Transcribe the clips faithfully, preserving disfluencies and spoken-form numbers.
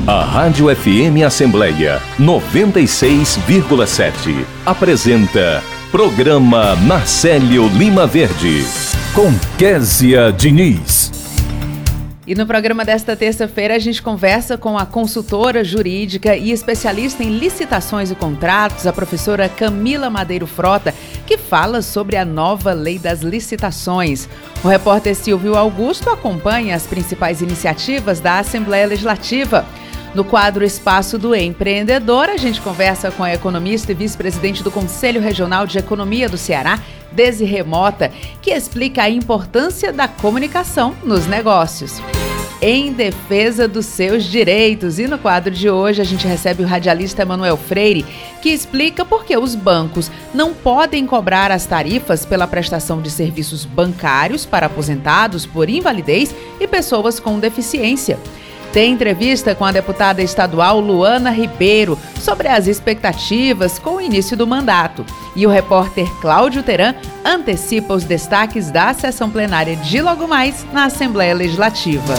A Rádio F M Assembleia noventa e seis vírgula sete apresenta Programa Marcelo Lima Verde, com Késia Diniz. E no programa desta terça-feira a gente conversa com a consultora jurídica e especialista em licitações e contratos, a professora Camila Madeiro Frota, que fala sobre a nova lei das licitações. O repórter Silvio Augusto acompanha as principais iniciativas da Assembleia Legislativa. No quadro Espaço do Empreendedor, a gente conversa com a economista e vice-presidente do Conselho Regional de Economia do Ceará, Desirê Mota, que explica a importância da comunicação nos negócios. Em defesa dos seus direitos. E no quadro de hoje a gente recebe o radialista Emanuel Freire, que explica por que os bancos não podem cobrar as tarifas pela prestação de serviços bancários para aposentados por invalidez e pessoas com deficiência. Tem entrevista com a deputada estadual Luana Ribeiro sobre as expectativas com o início do mandato. E o repórter Cláudio Teran antecipa os destaques da sessão plenária de logo mais na Assembleia Legislativa.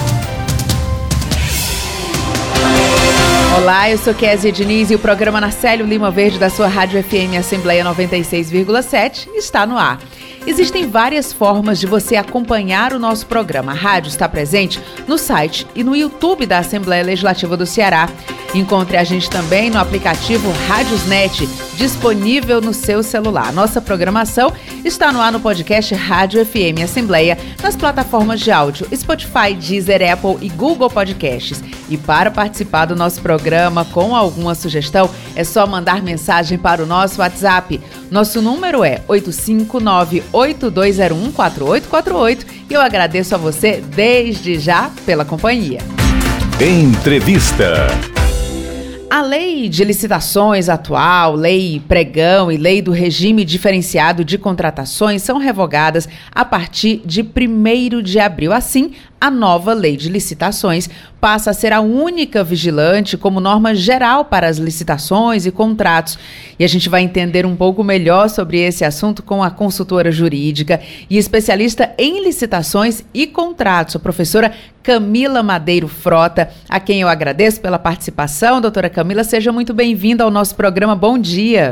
Olá, eu sou Késia Diniz e o programa Marcelo Lima Verde da sua Rádio F M Assembleia noventa e seis vírgula sete está no ar. Existem várias formas de você acompanhar o nosso programa. A rádio está presente no site e no YouTube da Assembleia Legislativa do Ceará. Encontre a gente também no aplicativo Rádiosnet, disponível no seu celular. Nossa programação está no ar no podcast Rádio F M Assembleia, nas plataformas de áudio Spotify, Deezer, Apple e Google Podcasts. E para participar do nosso programa com alguma sugestão, é só mandar mensagem para o nosso WhatsApp. Nosso número é oito cinco nove, oito dois zero um, quatro oito quatro oito e eu agradeço a você desde já pela companhia. Entrevista. A lei de licitações atual, lei pregão e lei do regime diferenciado de contratações são revogadas a partir de primeiro de abril. Assim, a nova lei de licitações passa a ser a única vigilante como norma geral para as licitações e contratos. E a gente vai entender um pouco melhor sobre esse assunto com a consultora jurídica e especialista em licitações e contratos, a professora Camila Madeiro Frota, a quem eu agradeço pela participação. Doutora Camila, seja muito bem-vinda ao nosso programa. Bom dia.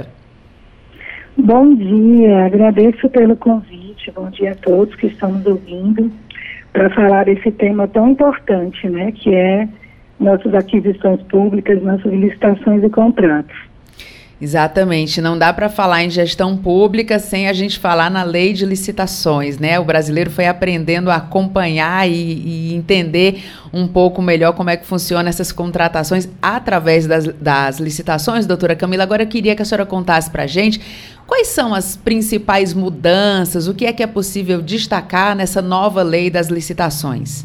Bom dia, agradeço pelo convite. Bom dia a todos que estão nos ouvindo para falar desse tema tão importante, né, que é nossas aquisições públicas, nossas licitações e contratos. Exatamente, não dá para falar em gestão pública sem a gente falar na lei de licitações, né? O brasileiro foi aprendendo a acompanhar e, e entender um pouco melhor como é que funciona essas contratações através das, das licitações. Doutora Camila, agora eu queria que a senhora contasse para a gente quais são as principais mudanças, o que é que é possível destacar nessa nova lei das licitações?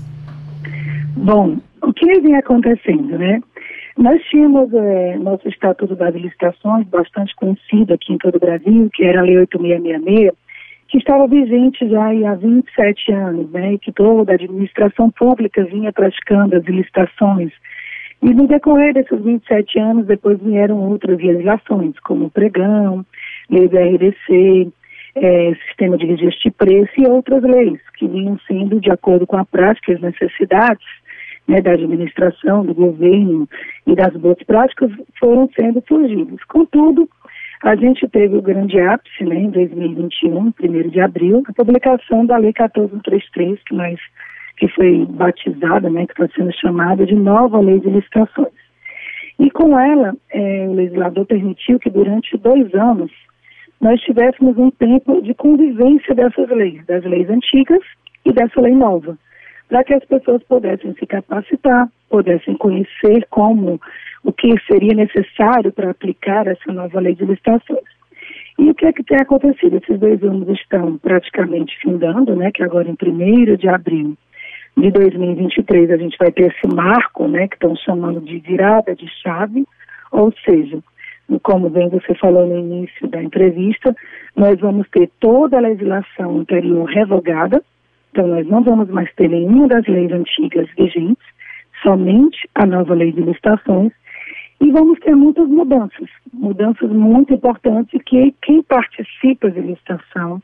Bom, o que vem acontecendo, né? Nós tínhamos é, nosso Estatuto das Licitações, bastante conhecido aqui em todo o Brasil, que era a Lei oito mil seiscentos e sessenta e seis, que estava vigente já há vinte e sete anos, né, e que toda a administração pública vinha praticando as licitações. E no decorrer desses vinte e sete anos, depois vieram outras legislações, como o pregão, lei do R D C, é, sistema de registro de preço e outras leis, que vinham sendo de acordo com a prática e as necessidades, né, da administração, do governo e das boas práticas, foram sendo surgidas. Contudo, a gente teve o grande ápice, né, em dois mil e vinte e um, primeiro de abril, a publicação da Lei quatorze mil trezentos e trinta e três, que, nós, que foi batizada, né, que está sendo chamada de Nova Lei de Licitações. E com ela, é, o legislador permitiu que durante dois anos nós tivéssemos um tempo de convivência dessas leis, das leis antigas e dessa lei nova, para que as pessoas pudessem se capacitar, pudessem conhecer como, o que seria necessário para aplicar essa nova lei de licitações. E o que é que tem acontecido? Esses dois anos estão praticamente findando, né, que agora em primeiro de abril de dois mil e vinte e três a gente vai ter esse marco, né, que estão chamando de virada de chave, ou seja, como bem você falou no início da entrevista, nós vamos ter toda a legislação anterior revogada. Então, nós não vamos mais ter nenhuma das leis antigas vigentes, somente a nova lei de licitações, e vamos ter muitas mudanças, mudanças muito importantes que quem participa de licitação,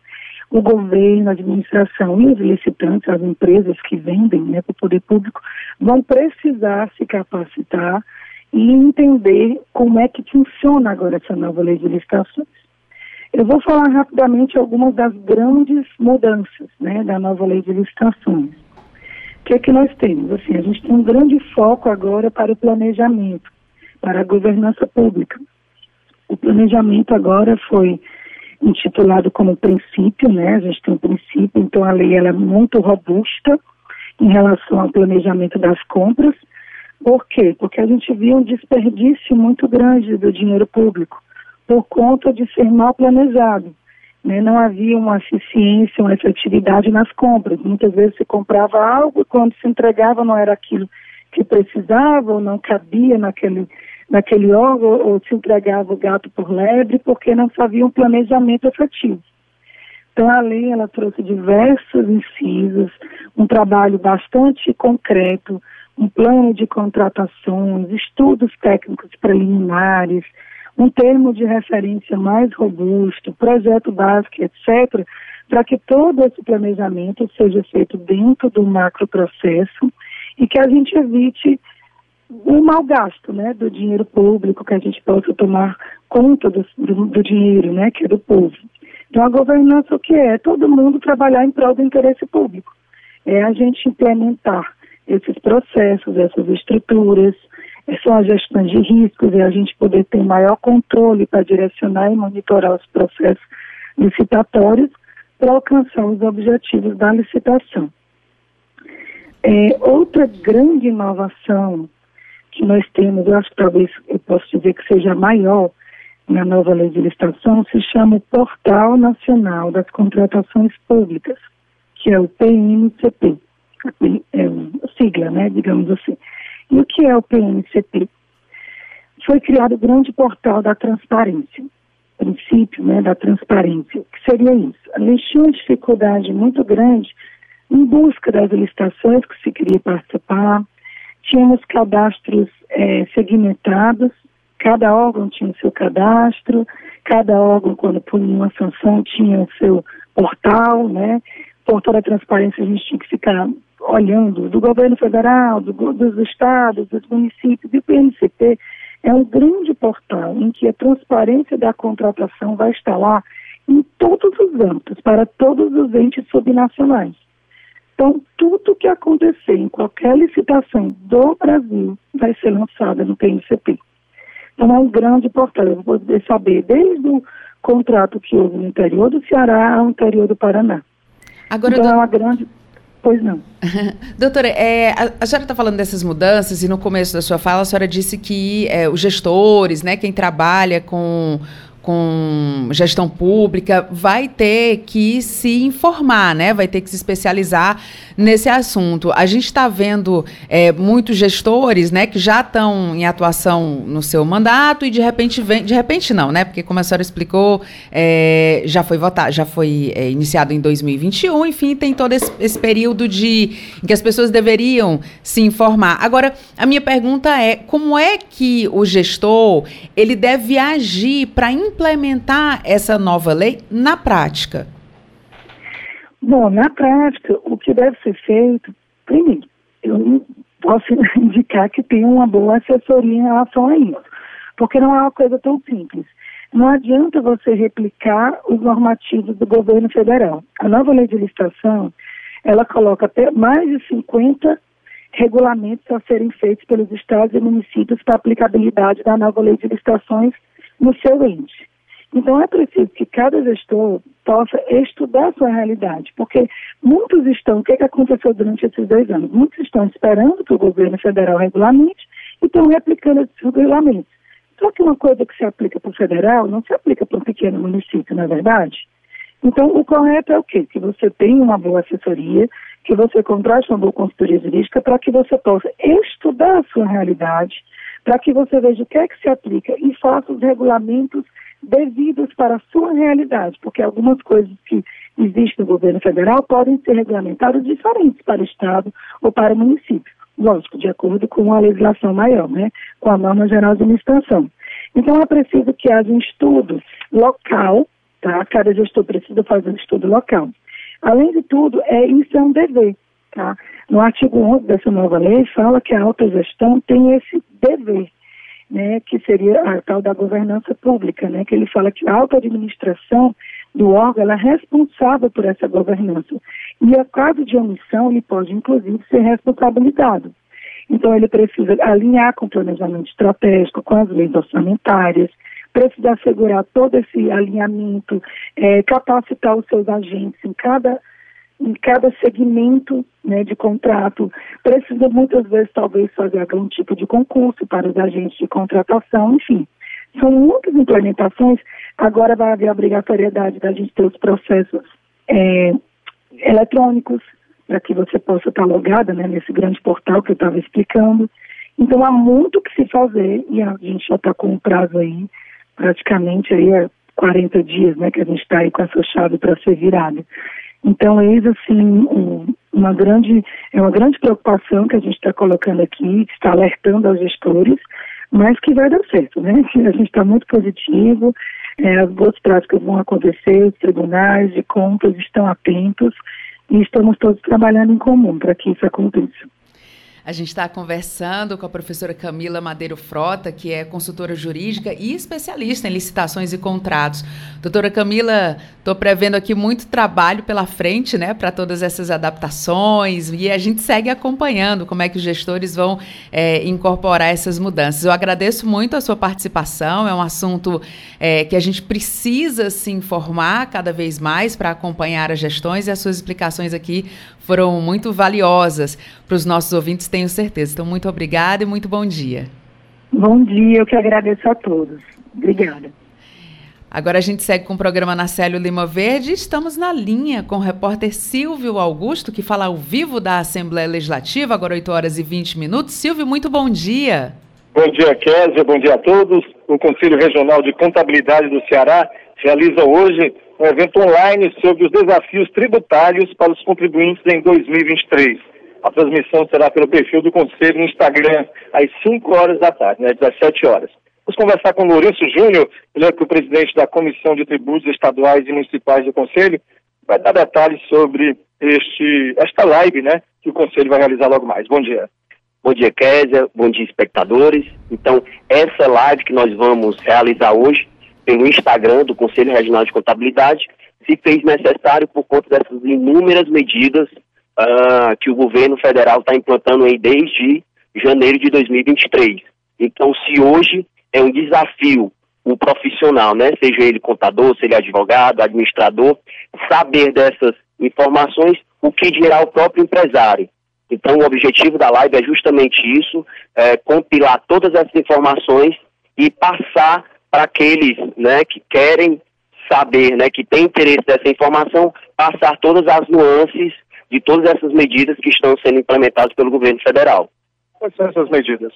o governo, a administração e os licitantes, as empresas que vendem, né, para o poder público, vão precisar se capacitar e entender como é que funciona agora essa nova lei de licitações. Eu vou falar rapidamente algumas das grandes mudanças, né, da nova lei de licitações. O que é que nós temos? Assim, a gente tem um grande foco agora para o planejamento, para a governança pública. O planejamento agora foi intitulado como princípio, né? A gente tem um princípio, então a lei ela é muito robusta em relação ao planejamento das compras. Por quê? Porque a gente viu um desperdício muito grande do dinheiro público por conta de ser mal planejado, né? Não havia uma eficiência, uma efetividade nas compras. Muitas vezes se comprava algo e quando se entregava não era aquilo que precisava ou não cabia naquele, naquele órgão, ou se entregava o gato por lebre porque não havia um planejamento efetivo. Então a lei ela trouxe diversos incisos, um trabalho bastante concreto, um plano de contratações, estudos técnicos preliminares, um termo de referência mais robusto, projeto básico, etcétera, para que todo esse planejamento seja feito dentro do macroprocesso e que a gente evite o mau gasto, né, do dinheiro público, que a gente possa tomar conta do, do, do dinheiro, né, que é do povo. Então a governança o que é? É todo mundo trabalhar em prol do interesse público. É a gente implementar esses processos, essas estruturas, são as gestões de riscos, é a gente poder ter maior controle para direcionar e monitorar os processos licitatórios para alcançar os objetivos da licitação. É, outra grande inovação que nós temos, eu acho que talvez eu posso dizer que seja maior na nova lei de licitação, se chama o Portal Nacional das Contratações Públicas, que é o P N C P, é a sigla, né, digamos assim. E o que é o P N C P? Foi criado o grande portal da transparência, princípio, né, da transparência. O que seria isso? A lei tinha uma dificuldade muito grande em busca das licitações que se queria participar, tínhamos cadastros é, segmentados, cada órgão tinha o seu cadastro, cada órgão, quando punha uma sanção, tinha o seu portal, né? Portal da transparência a gente tinha que ficar olhando do governo federal, do, dos estados, dos municípios, e o P N C P é um grande portal em que a transparência da contratação vai estar lá em todos os âmbitos, para todos os entes subnacionais. Então, tudo que acontecer em qualquer licitação do Brasil vai ser lançada no P N C P. Então, é um grande portal. Eu vou poder saber desde o contrato que houve no interior do Ceará ao interior do Paraná. Agora, então, do... é uma grande... Pois não. Doutora, é, a, a senhora está falando dessas mudanças e no começo da sua fala a senhora disse que é, os gestores, né, quem trabalha com... com gestão pública, vai ter que se informar, né? Vai ter que se especializar nesse assunto. A gente está vendo é, muitos gestores, né, que já estão em atuação no seu mandato e de repente vem, de repente não, né? Porque como a senhora explicou, é, já foi votado, já foi é, iniciado em dois mil e vinte e um, enfim, tem todo esse, esse período de em que as pessoas deveriam se informar. Agora, a minha pergunta é, como é que o gestor ele deve agir para implementar essa nova lei na prática? Bom, na prática, o que deve ser feito, primeiro, eu posso indicar que tem uma boa assessoria em relação a isso, porque não é uma coisa tão simples. Não adianta você replicar os normativos do governo federal. A nova lei de licitação, ela coloca até mais de cinquenta regulamentos a serem feitos pelos estados e municípios para aplicabilidade da nova lei de licitações no seu ente. Então é preciso que cada gestor possa estudar a sua realidade, porque muitos estão, o que, é que aconteceu durante esses dois anos? Muitos estão esperando que o governo federal regulamente e estão replicando esses regulamentos. Só que uma coisa que se aplica para o federal não se aplica para um pequeno município, não é verdade? Então o correto é o quê? Que você tenha uma boa assessoria, que você contrate uma boa consultoria jurídica para que você possa estudar a sua realidade, para que você veja o que é que se aplica e faça os regulamentos devidos para a sua realidade, porque algumas coisas que existem no governo federal podem ser regulamentadas diferentes para o estado ou para o município, lógico, de acordo com a legislação maior, né, com a norma geral de licitação. Então é preciso que haja um estudo local, tá? Cada gestor precisa fazer um estudo local. Além de tudo, é, isso é um dever, tá? No artigo onze dessa nova lei, fala que a autogestão tem esse dever, né, que seria a tal da governança pública, né, que ele fala que a autoadministração do órgão ela é responsável por essa governança. E a caso de omissão, ele pode, inclusive, ser responsabilizado. Então, ele precisa alinhar com o planejamento estratégico, com as leis orçamentárias, precisa assegurar todo esse alinhamento, é, capacitar os seus agentes em cada, em cada segmento, né, de contrato, precisa muitas vezes talvez fazer algum tipo de concurso para os agentes de contratação, enfim. São muitas implementações. Agora vai haver a obrigatoriedade da gente ter os processos é, eletrônicos, para que você possa estar logada, né, nesse grande portal que eu estava explicando. Então, há muito que se fazer e a gente já está com um prazo aí, praticamente aí é quarenta dias, né, que a gente está aí com essa chave para ser virada. Então, eis assim, um, uma grande, é uma grande preocupação que a gente está colocando aqui, está alertando aos gestores, mas que vai dar certo, né? A gente está muito positivo, é, as boas práticas vão acontecer, os tribunais de contas estão atentos e estamos todos trabalhando em comum para que isso aconteça. A gente está conversando com a professora Camila Madeiro Frota, que é consultora jurídica e especialista em licitações e contratos. Doutora Camila, estou prevendo aqui muito trabalho pela frente, né, para todas essas adaptações, e a gente segue acompanhando como é que os gestores vão é, incorporar essas mudanças. Eu agradeço muito a sua participação, é um assunto é, que a gente precisa se informar cada vez mais para acompanhar as gestões, e as suas explicações aqui foram muito valiosas para os nossos ouvintes, tenho certeza. Então, muito obrigada e muito bom dia. Bom dia, eu que agradeço a todos. Obrigada. Agora a gente segue com o programa Nacélio Lima Verde. Estamos na linha com o repórter Silvio Augusto, que fala ao vivo da Assembleia Legislativa, agora oito horas e vinte minutos. Silvio, muito bom dia. Bom dia, Kézia, bom dia a todos. O Conselho Regional de Contabilidade do Ceará realiza hoje um evento online sobre os desafios tributários para os contribuintes em dois mil e vinte e três. A transmissão será pelo perfil do Conselho no Instagram, às cinco horas da tarde, né, dezessete horas. Vamos conversar com o Lourenço Júnior, ele é o presidente da Comissão de Tributos Estaduais e Municipais do Conselho, vai dar detalhes sobre este, esta live, né, que o Conselho vai realizar logo mais. Bom dia. Bom dia, Kézia, bom dia, espectadores. Então, essa live que nós vamos realizar hoje, pelo Instagram do Conselho Regional de Contabilidade, se fez necessário por conta dessas inúmeras medidas uh, que o governo federal está implantando aí desde janeiro de dois mil e vinte e três. Então, se hoje é um desafio o profissional, né, seja ele contador, seja ele advogado, administrador, saber dessas informações, o que dirá o próprio empresário. Então, o objetivo da live é justamente isso, é, compilar todas essas informações e passar para aqueles, né, que querem saber, né, que têm interesse dessa informação, passar todas as nuances de todas essas medidas que estão sendo implementadas pelo governo federal. Quais são essas medidas?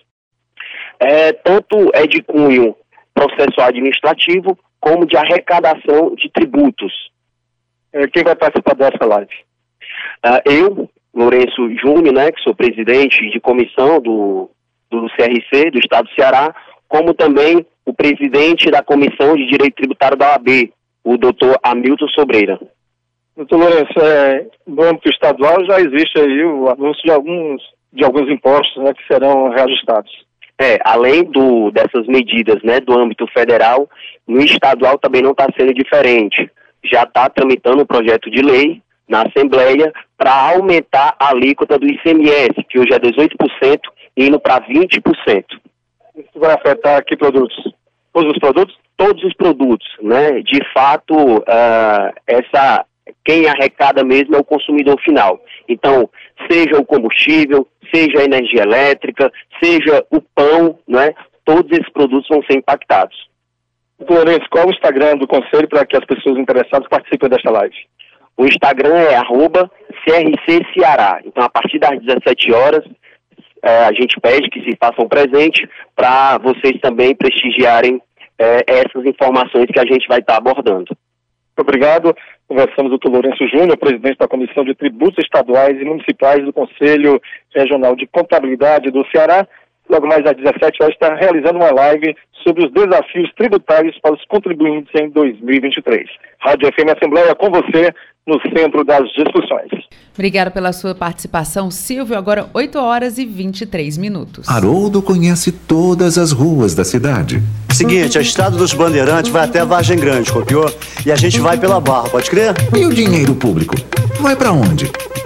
É, tanto é de cunho processual administrativo, como de arrecadação de tributos. É, quem vai participar dessa live? Uh, eu, Lourenço Júnior, né, que sou presidente de comissão do, do C R C, do Estado do Ceará, como também o presidente da Comissão de Direito Tributário da O A B, o doutor Hamilton Sobreira. Doutor Lourenço, é, no âmbito estadual já existe aí o anúncio de alguns, de alguns impostos, né, que serão reajustados. É, além do, dessas medidas, né, do âmbito federal, no estadual também não está sendo diferente. Já está tramitando um projeto de lei na Assembleia para aumentar a alíquota do I C M S, que hoje é dezoito por cento, indo para vinte por cento. Isso vai afetar que produtos? Todos os produtos? Todos os produtos, né? De fato, uh, essa, quem arrecada mesmo é o consumidor final. Então, seja o combustível, seja a energia elétrica, seja o pão, né? Todos esses produtos vão ser impactados. Doutor Lourenço, qual é o Instagram do Conselho para que as pessoas interessadas participem desta live? O Instagram é arroba C R C Ceará. Então, a partir das dezessete horas, é, a gente pede que se façam presente para vocês também prestigiarem é, essas informações que a gente vai estar tá abordando. Muito obrigado. Conversamos com o doutor Lourenço Júnior, presidente da Comissão de Tributos Estaduais e Municipais do Conselho Regional de Contabilidade do Ceará. logo mais às dezessete horas, está realizando uma live sobre os desafios tributários para os contribuintes em dois mil e vinte e três. Rádio F M Assembleia com você no centro das discussões. Obrigada pela sua participação, Silvio. Agora oito horas e vinte e três minutos. Haroldo conhece todas as ruas da cidade. Seguinte, a Estrada dos Bandeirantes vai até Vargem Grande, copiou? E a gente vai pela Barra, pode crer? E o dinheiro público? Vai pra onde?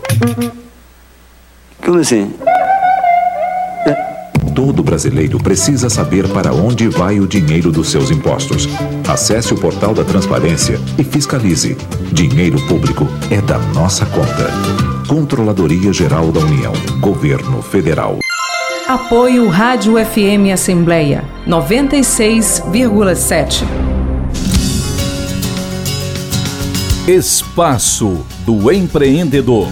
Como assim? Todo brasileiro precisa saber para onde vai o dinheiro dos seus impostos. Acesse o portal da Transparência e fiscalize. Dinheiro público é da nossa conta. Controladoria Geral da União. Governo Federal. Apoio Rádio F M Assembleia noventa e seis vírgula sete. Espaço do Empreendedor.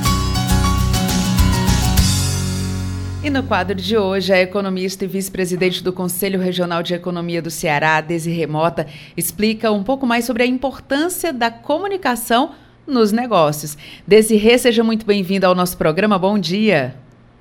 E no quadro de hoje, a economista e vice-presidente do Conselho Regional de Economia do Ceará, Desirê Mota, explica um pouco mais sobre a importância da comunicação nos negócios. Desirê, seja muito bem-vinda ao nosso programa. Bom dia.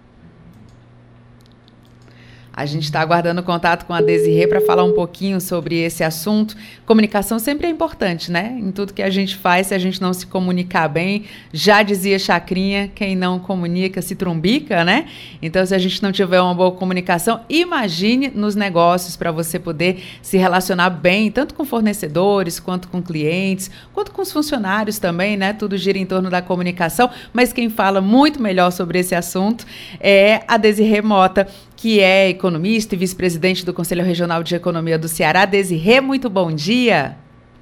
A gente está aguardando contato com a Desirê para falar um pouquinho sobre esse assunto. Comunicação sempre é importante, né? Em tudo que a gente faz, se a gente não se comunicar bem, já dizia Chacrinha, quem não comunica se trumbica, né? Então, se a gente não tiver uma boa comunicação, imagine nos negócios para você poder se relacionar bem, tanto com fornecedores, quanto com clientes, quanto com os funcionários também, né? Tudo gira em torno da comunicação, mas quem fala muito melhor sobre esse assunto é a Desirê Mota, que é economista e vice-presidente do Conselho Regional de Economia do Ceará. Desirê, muito bom dia.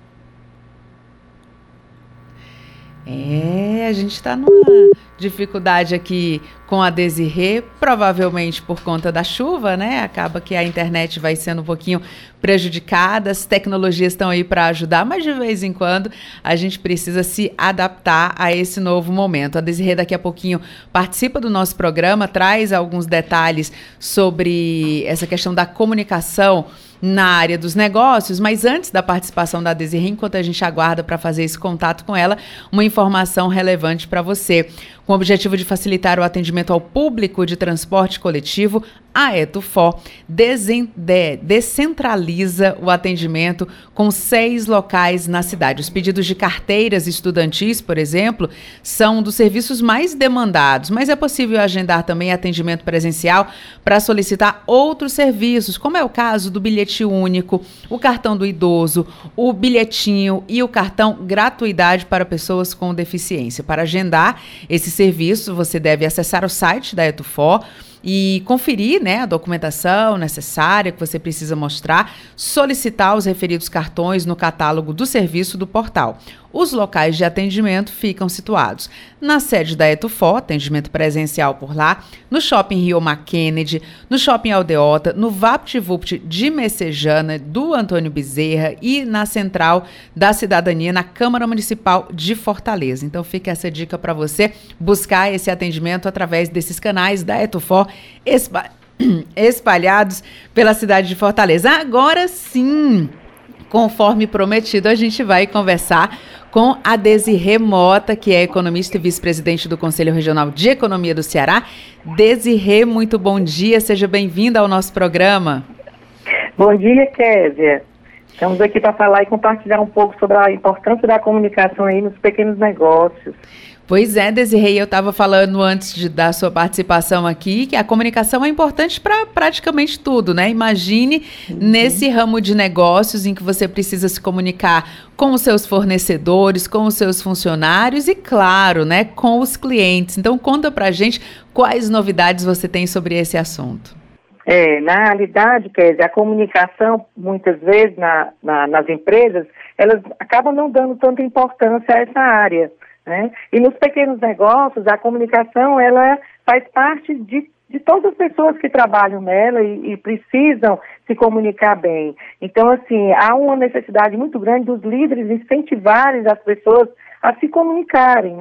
É, a gente está numa dificuldade aqui com a Desirê, provavelmente por conta da chuva, né? Acaba que a internet vai sendo um pouquinho prejudicada, as tecnologias estão aí para ajudar, mas de vez em quando a gente precisa se adaptar a esse novo momento. A Desirê daqui a pouquinho participa do nosso programa, traz alguns detalhes sobre essa questão da comunicação na área dos negócios, mas antes da participação da Desirê, enquanto a gente aguarda para fazer esse contato com ela, uma informação relevante para você. Com o objetivo de facilitar o atendimento ao público de transporte coletivo, a Etufor descentraliza o atendimento com seis locais na cidade. Os pedidos de carteiras estudantis, por exemplo, são dos serviços mais demandados, mas é possível agendar também atendimento presencial para solicitar outros serviços, como é o caso do bilhete único, o cartão do idoso, o bilhetinho e o cartão gratuidade para pessoas com deficiência. Para agendar esse serviço, você deve acessar o site da Etufor e conferir, né, a documentação necessária que você precisa mostrar, solicitar os referidos cartões no catálogo do serviço do portal. Os locais de atendimento ficam situados na sede da Etufor, atendimento presencial por lá, no Shopping Rio Mar Kennedy, no Shopping Aldeota, no VaptVupt de Messejana, do Antônio Bezerra e na Central da Cidadania, na Câmara Municipal de Fortaleza. Então fica essa dica para você buscar esse atendimento através desses canais da Etufor espa- espalhados pela cidade de Fortaleza. Agora sim, conforme prometido, a gente vai conversar com a Desirê Mota, que é economista e vice-presidente do Conselho Regional de Economia do Ceará. Desirê, muito bom dia, seja bem-vinda ao nosso programa. Bom dia, Kézia. Estamos aqui para falar e compartilhar um pouco sobre a importância da comunicação aí nos pequenos negócios. Pois é, Desirê, eu estava falando antes de, da sua participação aqui que a comunicação é importante para praticamente tudo, né? Imagine uhum. nesse ramo de negócios em que você precisa se comunicar com os seus fornecedores, com os seus funcionários e, claro, né, com os clientes. Então, conta pra gente quais novidades você tem sobre esse assunto. É, na realidade, Kézia, a comunicação, muitas vezes, na, na, nas empresas, elas acabam não dando tanta importância a essa área, né? E nos pequenos negócios, a comunicação, ela faz parte de, de todas as pessoas que trabalham nela e, e precisam se comunicar bem. Então, assim, há uma necessidade muito grande dos líderes incentivarem as pessoas a se comunicarem, né?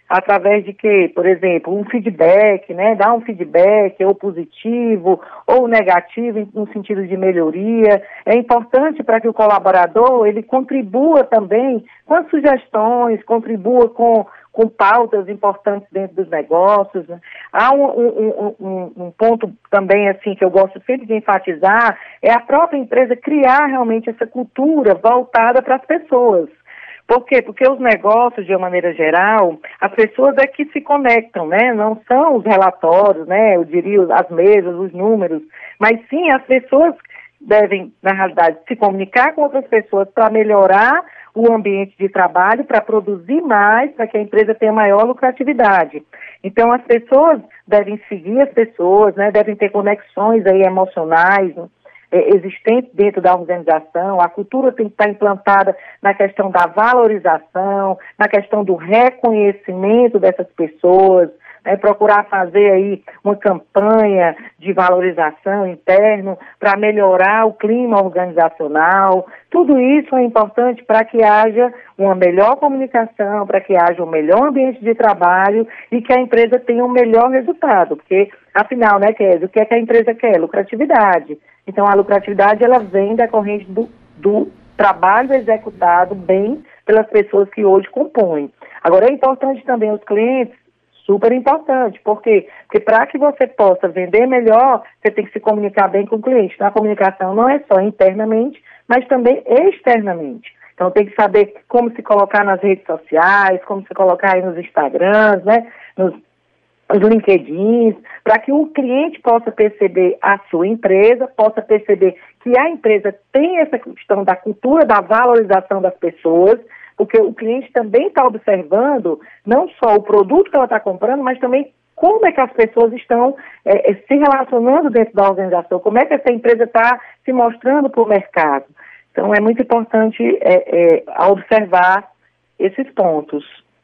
através de que, por exemplo, um feedback, né, dar um feedback ou positivo ou negativo no sentido de melhoria. É importante para que o colaborador ele contribua também com as sugestões, contribua com, com pautas importantes dentro dos negócios, né? Há um, um, um, um ponto também assim que eu gosto sempre de enfatizar, é a própria empresa criar realmente essa cultura voltada para as pessoas. Por quê? Porque os negócios, de uma maneira geral, as pessoas é que se conectam, né? Não são os relatórios, né? Eu diria as mesas, os números, mas sim as pessoas devem, na realidade, se comunicar com outras pessoas para melhorar o ambiente de trabalho, para produzir mais, para que a empresa tenha maior lucratividade. Então, as pessoas devem seguir as pessoas, né? Devem ter conexões aí emocionais, né? É, existente dentro da organização. A cultura tem que estar implantada na questão da valorização, na questão do reconhecimento dessas pessoas, né, procurar fazer aí uma campanha de valorização interno para melhorar o clima organizacional. Tudo isso é importante para que haja uma melhor comunicação, para que haja um melhor ambiente de trabalho e que a empresa tenha um melhor resultado, porque, afinal, né, Kézia, o que é que a empresa quer? Lucratividade. Então, a lucratividade, ela vem decorrente do, do trabalho executado bem pelas pessoas que hoje compõem. Agora, é importante também os clientes, super importante. Por quê? Porque para que você possa vender melhor, você tem que se comunicar bem com o cliente. Então, a comunicação não é só internamente, mas também externamente. Então, tem que saber como se colocar nas redes sociais, como se colocar aí nos Instagrams, né, nos os LinkedIn, para que o cliente possa perceber a sua empresa, possa perceber que a empresa tem essa questão da cultura, da valorização das pessoas, porque o cliente também está observando não só o produto que ela está comprando, mas também como é que as pessoas estão é, se relacionando dentro da organização, como é que essa empresa está se mostrando para o mercado. Então, é muito importante é, é, observar esses pontos.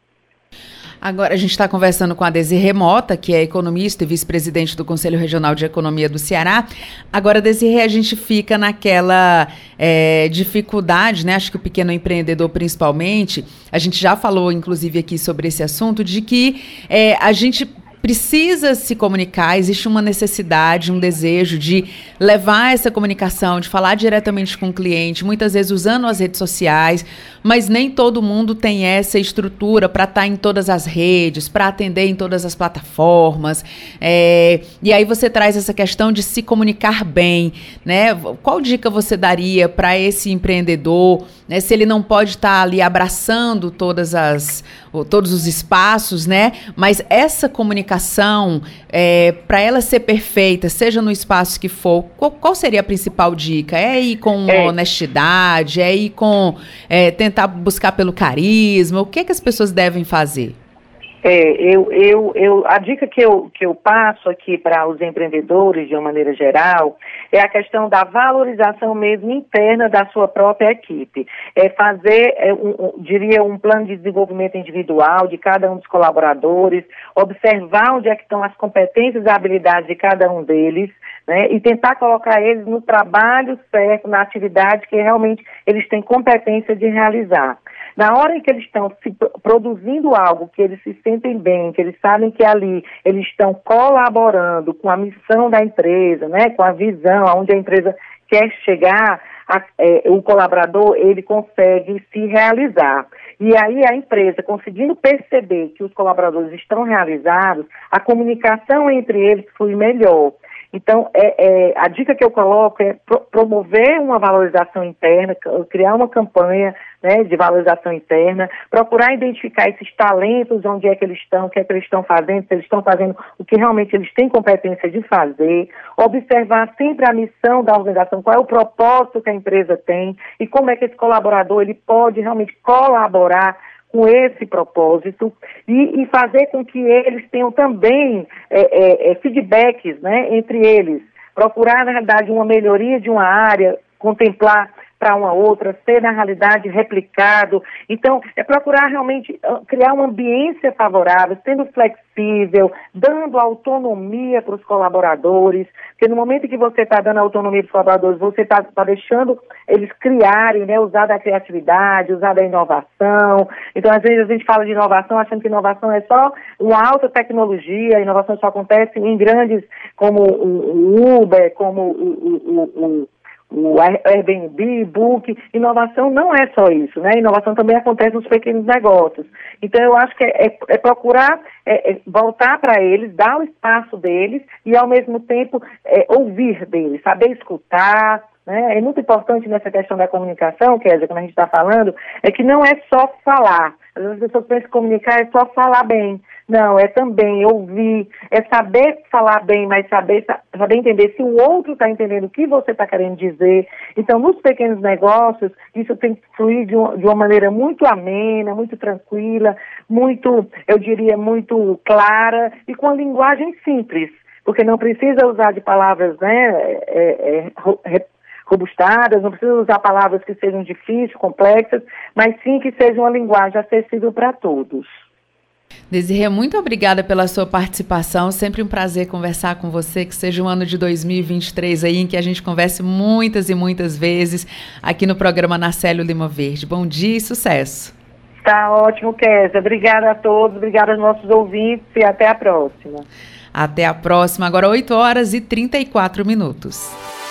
Agora a gente está conversando com a Desirê Mota, que é economista e vice-presidente do Conselho Regional de Economia do Ceará. Agora, Desirê, a gente fica naquela é, dificuldade, né? Acho que o pequeno empreendedor principalmente, a gente já falou inclusive aqui sobre esse assunto, de que é, a gente precisa se comunicar, existe uma necessidade, um desejo de levar essa comunicação, de falar diretamente com o cliente, muitas vezes usando as redes sociais, mas nem todo mundo tem essa estrutura para estar em todas as redes, para atender em todas as plataformas. É, e aí você traz essa questão de se comunicar bem, né? Qual dica você daria para esse empreendedor, né, se ele não pode estar ali abraçando todas as, todos os espaços, né? Mas essa comunicação, é, para ela ser perfeita, seja no espaço que for, qual, qual seria a principal dica? É ir com é. honestidade? É ir com é, tentar buscar pelo carisma? O que, é que as pessoas devem fazer? É, eu, eu, eu, a dica que eu, que eu passo aqui para os empreendedores, de uma maneira geral, é a questão da valorização mesmo interna da sua própria equipe. É fazer, é, um, um, diria, um plano de desenvolvimento individual de cada um dos colaboradores, observar onde é que estão as competências e habilidades de cada um deles, né, e tentar colocar eles no trabalho certo, na atividade que realmente eles têm competência de realizar. Na hora em que eles estão se produzindo algo, que eles se sentem bem, que eles sabem que ali eles estão colaborando com a missão da empresa, né, com a visão, aonde a empresa quer chegar, a, é, o colaborador, ele consegue se realizar. E aí a empresa, conseguindo perceber que os colaboradores estão realizados, a comunicação entre eles flui melhor. Então, é, é, a dica que eu coloco é pro, promover uma valorização interna, criar uma campanha, né, de valorização interna, procurar identificar esses talentos, onde é que eles estão, o que é que eles estão fazendo, se eles estão fazendo o que realmente eles têm competência de fazer, observar sempre a missão da organização, qual é o propósito que a empresa tem e como é que esse colaborador ele pode realmente colaborar com esse propósito e, e fazer com que eles tenham também é, é, feedbacks, né, entre eles. Procurar, na verdade, uma melhoria de uma área, contemplar para uma outra, ser na realidade replicado. Então, é procurar realmente criar uma ambiência favorável, sendo flexível, dando autonomia para os colaboradores, porque no momento que você está dando autonomia para os colaboradores, você está tá deixando eles criarem, né, usar da criatividade, usar da inovação. Então, às vezes a gente fala de inovação achando que inovação é só uma alta tecnologia, a inovação só acontece em grandes como o Uber, como o, o, o, o Airbnb, Book. Inovação não é só isso, né? Inovação também acontece nos pequenos negócios. Então, eu acho que é, é, é procurar é, é voltar para eles, dar o espaço deles e, ao mesmo tempo, é, ouvir deles, saber escutar, né? É muito importante nessa questão da comunicação, Kézia, quando a gente está falando, é que não é só falar. Às vezes as pessoas pensam que comunicar é só falar bem. Não, é também ouvir, é saber falar bem, mas saber, saber entender se o outro está entendendo o que você está querendo dizer. Então, nos pequenos negócios, isso tem que fluir de, um, de uma maneira muito amena, muito tranquila, muito, eu diria, muito clara e com a linguagem simples, porque não precisa usar de palavras, né, é, é, robustadas, não precisa usar palavras que sejam difíceis, complexas, mas sim que seja uma linguagem acessível para todos. Desirê, muito obrigada pela sua participação, sempre um prazer conversar com você, que seja um ano de dois mil e vinte e três aí, em que a gente converse muitas e muitas vezes aqui no programa Narcélio Lima Verde. Bom dia e sucesso. Tá ótimo, Kézia. Obrigada a todos, obrigada aos nossos ouvintes e até a próxima. Até a próxima, agora oito horas e trinta e quatro minutos.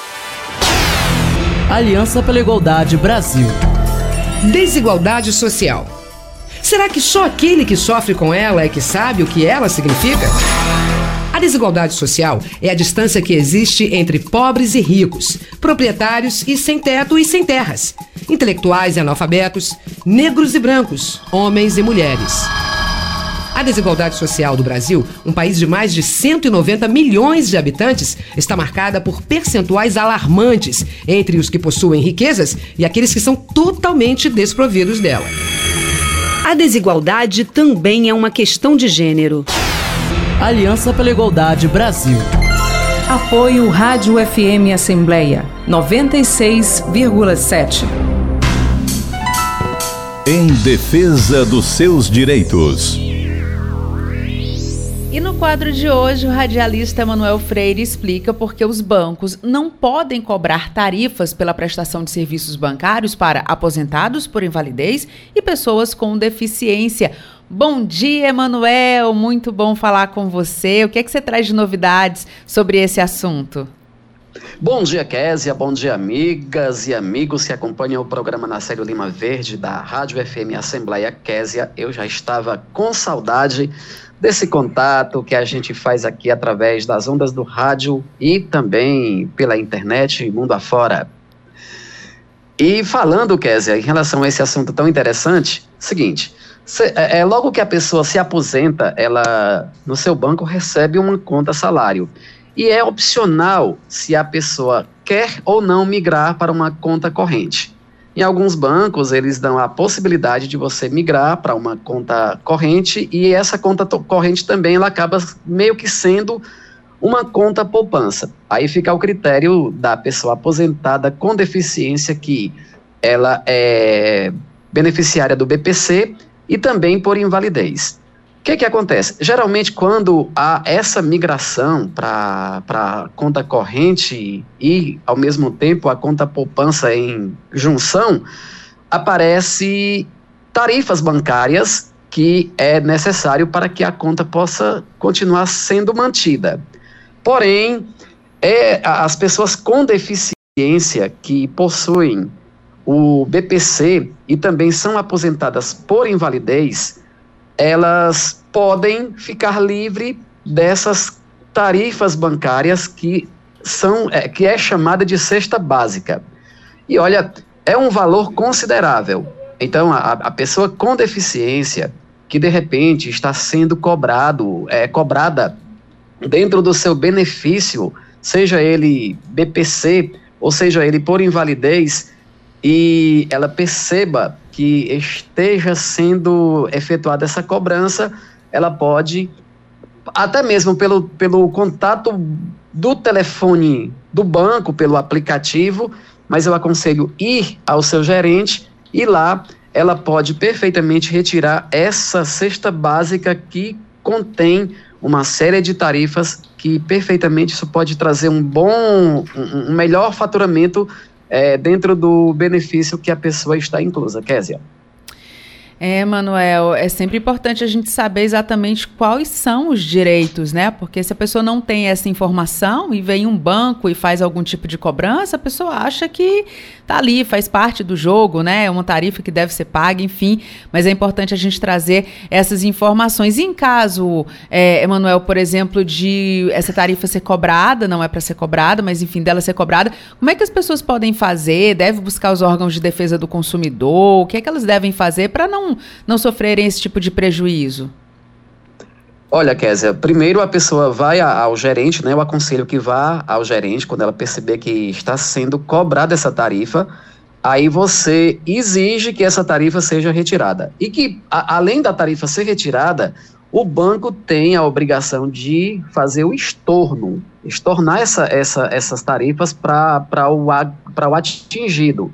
Aliança pela Igualdade Brasil. Desigualdade social. Será que só aquele que sofre com ela é que sabe o que ela significa? A desigualdade social é a distância que existe entre pobres e ricos, proprietários e sem teto e sem terras, intelectuais e analfabetos, negros e brancos, homens e mulheres. A desigualdade social do Brasil, um país de mais de cento e noventa milhões de habitantes, está marcada por percentuais alarmantes entre os que possuem riquezas e aqueles que são totalmente desprovidos dela. A desigualdade também é uma questão de gênero. Aliança pela Igualdade Brasil. Apoio Rádio F M Assembleia noventa e seis vírgula sete. Em defesa dos seus direitos. E no quadro de hoje, o radialista Emanuel Freire explica por que os bancos não podem cobrar tarifas pela prestação de serviços bancários para aposentados por invalidez e pessoas com deficiência. Bom dia, Emanuel, muito bom falar com você. O que é que você traz de novidades sobre esse assunto? Bom dia, Kézia, bom dia, amigas e amigos que acompanham o programa Narcélio Lima Verde da Rádio F M Assembleia. Kézia, eu já estava com saudade desse contato que a gente faz aqui através das ondas do rádio e também pela internet, mundo afora. E falando, Kézia, em relação a esse assunto tão interessante, seguinte, cê, é, é logo que a pessoa se aposenta, ela no seu banco recebe uma conta salário. E é opcional se a pessoa quer ou não migrar para uma conta corrente. Em alguns bancos, eles dão a possibilidade de você migrar para uma conta corrente e essa conta corrente também ela acaba meio que sendo uma conta poupança. Aí fica ao critério da pessoa aposentada com deficiência que ela é beneficiária do B P C e também por invalidez. O que que acontece? Geralmente, quando há essa migração para a conta corrente e, ao mesmo tempo, a conta poupança em junção, aparece tarifas bancárias que é necessário para que a conta possa continuar sendo mantida. Porém, é, as pessoas com deficiência que possuem o B P C e também são aposentadas por invalidez, elas podem ficar livres dessas tarifas bancárias que, são, é, que é chamada de cesta básica. E olha, é um valor considerável. Então, a, a pessoa com deficiência, que de repente está sendo cobrado, é, cobrada dentro do seu benefício, seja ele B P C, ou seja ele por invalidez, e ela perceba que esteja sendo efetuada essa cobrança, ela pode, até mesmo pelo, pelo contato do telefone do banco, pelo aplicativo, mas eu aconselho ir ao seu gerente e lá ela pode perfeitamente retirar essa cesta básica que contém uma série de tarifas que perfeitamente isso pode trazer um bom, um, um melhor faturamento é, dentro do benefício que a pessoa está inclusa. Kézia. É, Manuel, é sempre importante a gente saber exatamente quais são os direitos, né? Porque se a pessoa não tem essa informação e vem um banco e faz algum tipo de cobrança, a pessoa acha que tá ali, faz parte do jogo, né? É uma tarifa que deve ser paga, enfim. Mas é importante a gente trazer essas informações. E em caso, é, Manuel, por exemplo, de essa tarifa ser cobrada, não é para ser cobrada, mas enfim, dela ser cobrada, como é que as pessoas podem fazer? Deve buscar os órgãos de defesa do consumidor? O que é que elas devem fazer para não não sofrerem esse tipo de prejuízo? Olha, Kézia, primeiro a pessoa vai ao gerente, né? Eu aconselho que vá ao gerente quando ela perceber que está sendo cobrada essa tarifa. Aí você exige que essa tarifa seja retirada. E que, a, além da tarifa ser retirada, o banco tem a obrigação de fazer o estorno, estornar essa, essa, essas tarifas para o, o atingido.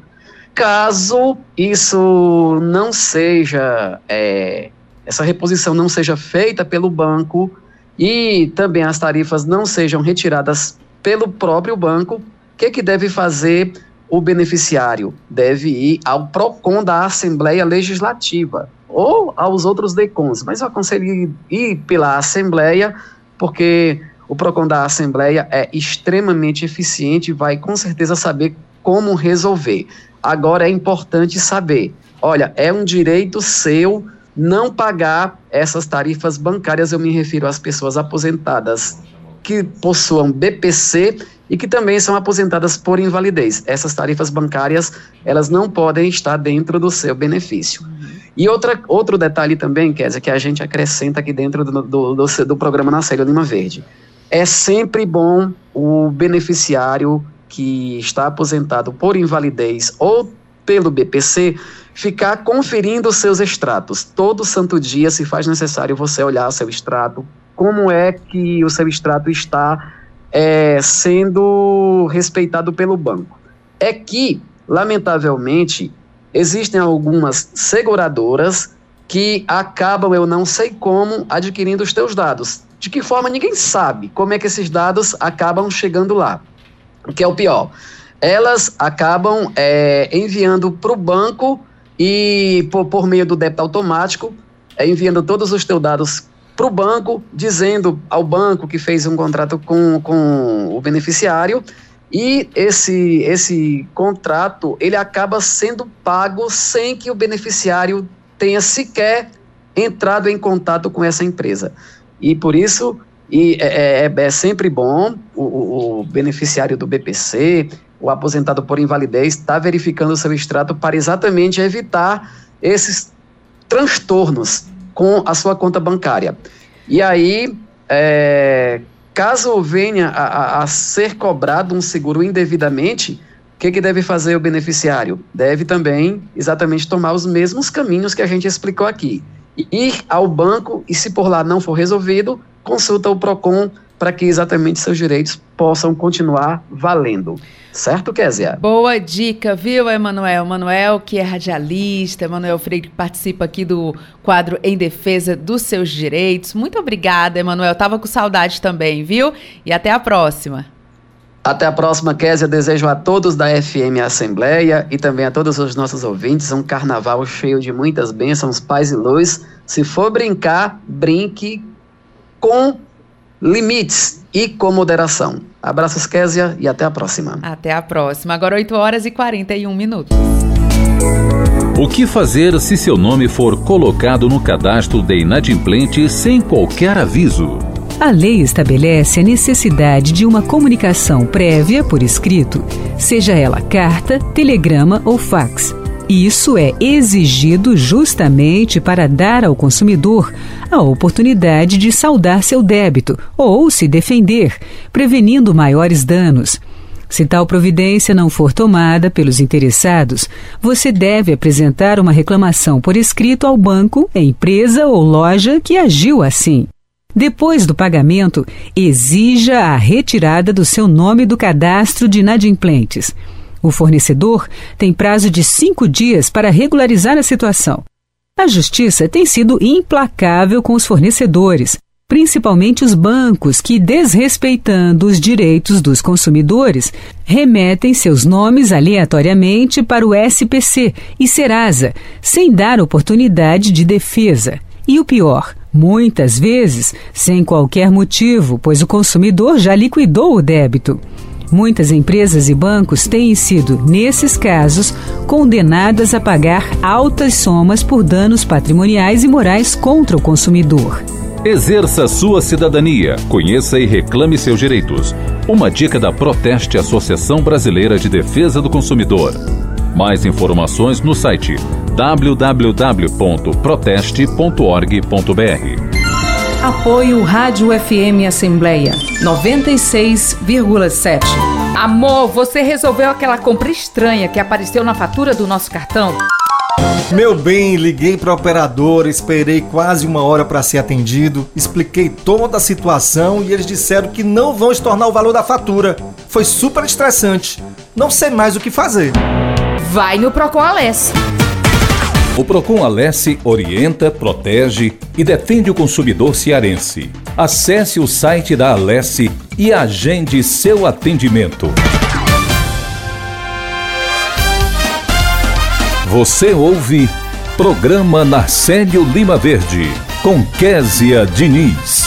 Caso isso não seja, é, essa reposição não seja feita pelo banco e também as tarifas não sejam retiradas pelo próprio banco, o que, que deve fazer o beneficiário? Deve ir ao PROCON da Assembleia Legislativa ou aos outros DECONs, mas eu aconselho ir pela Assembleia, porque o PROCON da Assembleia é extremamente eficiente e vai com certeza saber como resolver. Agora é importante saber, olha, é um direito seu não pagar essas tarifas bancárias, eu me refiro às pessoas aposentadas que possuam B P C e que também são aposentadas por invalidez. Essas tarifas bancárias, elas não podem estar dentro do seu benefício. E outra, outro detalhe também, Kézia, que a gente acrescenta aqui dentro do, do, do, do programa Na Célia Lima Verde. É sempre bom o beneficiário que está aposentado por invalidez ou pelo B P C, ficar conferindo os seus extratos. Todo santo dia, se faz necessário você olhar seu extrato, como é que o seu extrato está é, sendo respeitado pelo banco. É que, lamentavelmente, existem algumas seguradoras que acabam, eu não sei como, adquirindo os teus dados. De que forma, ninguém sabe como é que esses dados acabam chegando lá. O que é o pior, elas acabam é, enviando para o banco e por, por meio do débito automático, é, enviando todos os teus dados para o banco, dizendo ao banco que fez um contrato com, com o beneficiário, e esse, esse contrato ele acaba sendo pago sem que o beneficiário tenha sequer entrado em contato com essa empresa. E por isso... E é, é, é sempre bom o, o beneficiário do B P C, o aposentado por invalidez, estar tá verificando o seu extrato para exatamente evitar esses transtornos com a sua conta bancária. E aí, é, caso venha a, a, a ser cobrado um seguro indevidamente, o que, que deve fazer o beneficiário? Deve também exatamente tomar os mesmos caminhos que a gente explicou aqui. Ir ao banco e, se por lá não for resolvido, consulta o PROCON para que exatamente seus direitos possam continuar valendo. Certo, Kézia? Boa dica, viu, Emanuel? Emanuel, que é radialista, Emanuel Freire, que participa aqui do quadro Em Defesa dos Seus Direitos. Muito obrigada, Emanuel. Tava com saudade também, viu? E até a próxima. Até a próxima, Kézia. Desejo a todos da F M Assembleia e também a todos os nossos ouvintes um carnaval cheio de muitas bênçãos, paz e luz. Se for brincar, brinque com limites e com moderação. Abraços, Kézia, e até a próxima. Até a próxima. Agora oito horas e quarenta e um minutos. O que fazer se seu nome for colocado no cadastro de inadimplente sem qualquer aviso? A lei estabelece a necessidade de uma comunicação prévia por escrito, seja ela carta, telegrama ou fax. Isso é exigido justamente para dar ao consumidor a oportunidade de saldar seu débito ou se defender, prevenindo maiores danos. Se tal providência não for tomada pelos interessados, você deve apresentar uma reclamação por escrito ao banco, empresa ou loja que agiu assim. Depois do pagamento, exija a retirada do seu nome do cadastro de inadimplentes. O fornecedor tem prazo de cinco dias para regularizar a situação. A Justiça tem sido implacável com os fornecedores, principalmente os bancos que, desrespeitando os direitos dos consumidores, remetem seus nomes aleatoriamente para o S P C e Serasa, sem dar oportunidade de defesa. E o pior, muitas vezes, sem qualquer motivo, pois o consumidor já liquidou o débito. Muitas empresas e bancos têm sido, nesses casos, condenadas a pagar altas somas por danos patrimoniais e morais contra o consumidor. Exerça sua cidadania, conheça e reclame seus direitos. Uma dica da Proteste, Associação Brasileira de Defesa do Consumidor. Mais informações no site w w w ponto proteste ponto org ponto b r. Apoio Rádio F M Assembleia noventa e seis vírgula sete. Amor, você resolveu aquela compra estranha que apareceu na fatura do nosso cartão? Meu bem, liguei para a operadora, esperei quase uma hora para ser atendido, expliquei toda a situação e eles disseram que não vão estornar o valor da fatura. Foi super estressante. Não sei mais o que fazer. Vai no Procon Alesse. O Procon Alesse orienta, protege e defende o consumidor cearense. Acesse o site da Alesse e agende seu atendimento. Você ouve Programa Narcélio Lima Verde, com Késia Diniz.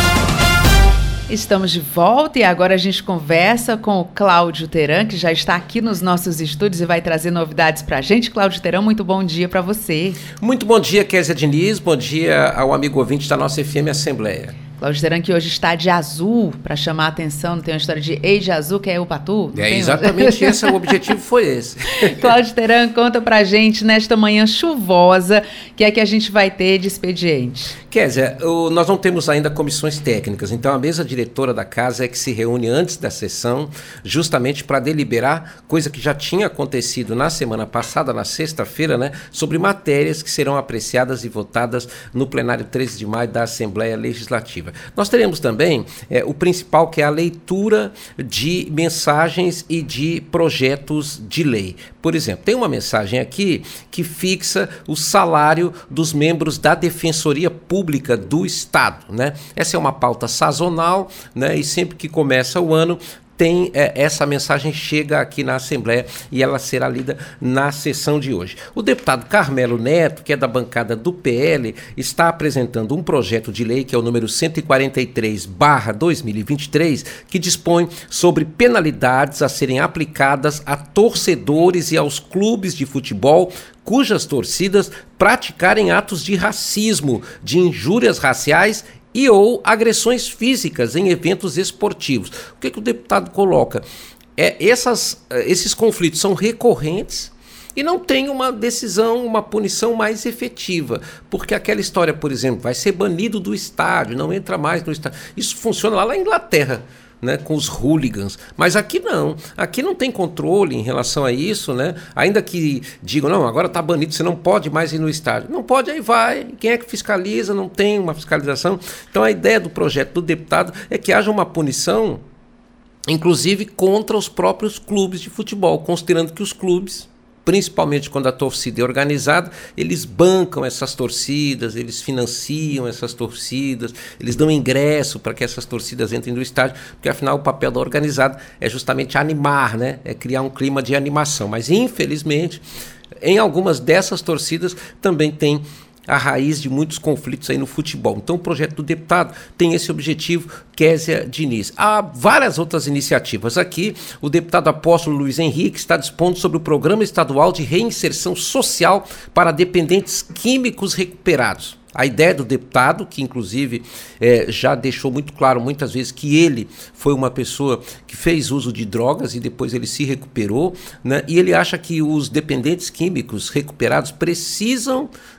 Estamos de volta e agora a gente conversa com o Cláudio Teran, que já está aqui nos nossos estúdios e vai trazer novidades para a gente. Cláudio Teran, muito bom dia para você. Muito bom dia, Késia Diniz. Bom dia ao amigo ouvinte da nossa F M Assembleia. Cláudio Teran, que hoje está de azul, para chamar a atenção, não tem uma história de Ei de Azul, que é o Patu? É exatamente esse, o objetivo foi esse. Cláudio Teran, conta pra gente, nesta manhã chuvosa, o que é que a gente vai ter de expediente? Késia, o, nós não temos ainda comissões técnicas, então a mesa diretora da casa é que se reúne antes da sessão, justamente para deliberar, coisa que já tinha acontecido na semana passada, na sexta-feira, né, sobre matérias que serão apreciadas e votadas no plenário treze de maio da Assembleia Legislativa. Nós teremos também é, o principal, que é a leitura de mensagens e de projetos de lei. Por exemplo, tem uma mensagem aqui que fixa o salário dos membros da Defensoria Pública do Estado, né? Essa é uma pauta sazonal, né? E sempre que começa o ano, tem é, essa mensagem chega aqui na Assembleia e ela será lida na sessão de hoje. O deputado Carmelo Neto, que é da bancada do P L, está apresentando um projeto de lei, que é o número cento e quarenta e três barra dois mil e vinte e três, que dispõe sobre penalidades a serem aplicadas a torcedores e aos clubes de futebol cujas torcidas praticarem atos de racismo, de injúrias raciais e ou agressões físicas em eventos esportivos. O que, que o deputado coloca? É, essas, esses conflitos são recorrentes e não tem uma decisão, uma punição mais efetiva, porque aquela história, por exemplo, vai ser banido do estádio, não entra mais no estádio. Isso funciona lá na Inglaterra, né, com os hooligans, mas aqui não, aqui não tem controle em relação a isso, né? Ainda que digam, não, agora está banido, você não pode mais ir no estádio. Não pode, aí vai, quem é que fiscaliza? Não tem uma fiscalização. Então a ideia do projeto do deputado é que haja uma punição, inclusive contra os próprios clubes de futebol, considerando que os clubes, principalmente quando a torcida é organizada, eles bancam essas torcidas, eles financiam essas torcidas, eles dão ingresso para que essas torcidas entrem no estádio, porque afinal o papel da organizada é justamente animar, né? É criar um clima de animação. Mas infelizmente, em algumas dessas torcidas também tem a raiz de muitos conflitos aí no futebol. Então o projeto do deputado tem esse objetivo, Késia Diniz. Há várias outras iniciativas aqui. O deputado apóstolo Luiz Henrique está dispondo sobre o Programa Estadual de Reinserção Social para Dependentes Químicos Recuperados. A ideia do deputado, que inclusive é, já deixou muito claro muitas vezes que ele foi uma pessoa que fez uso de drogas e depois ele se recuperou, né? E ele acha que os dependentes químicos recuperados precisam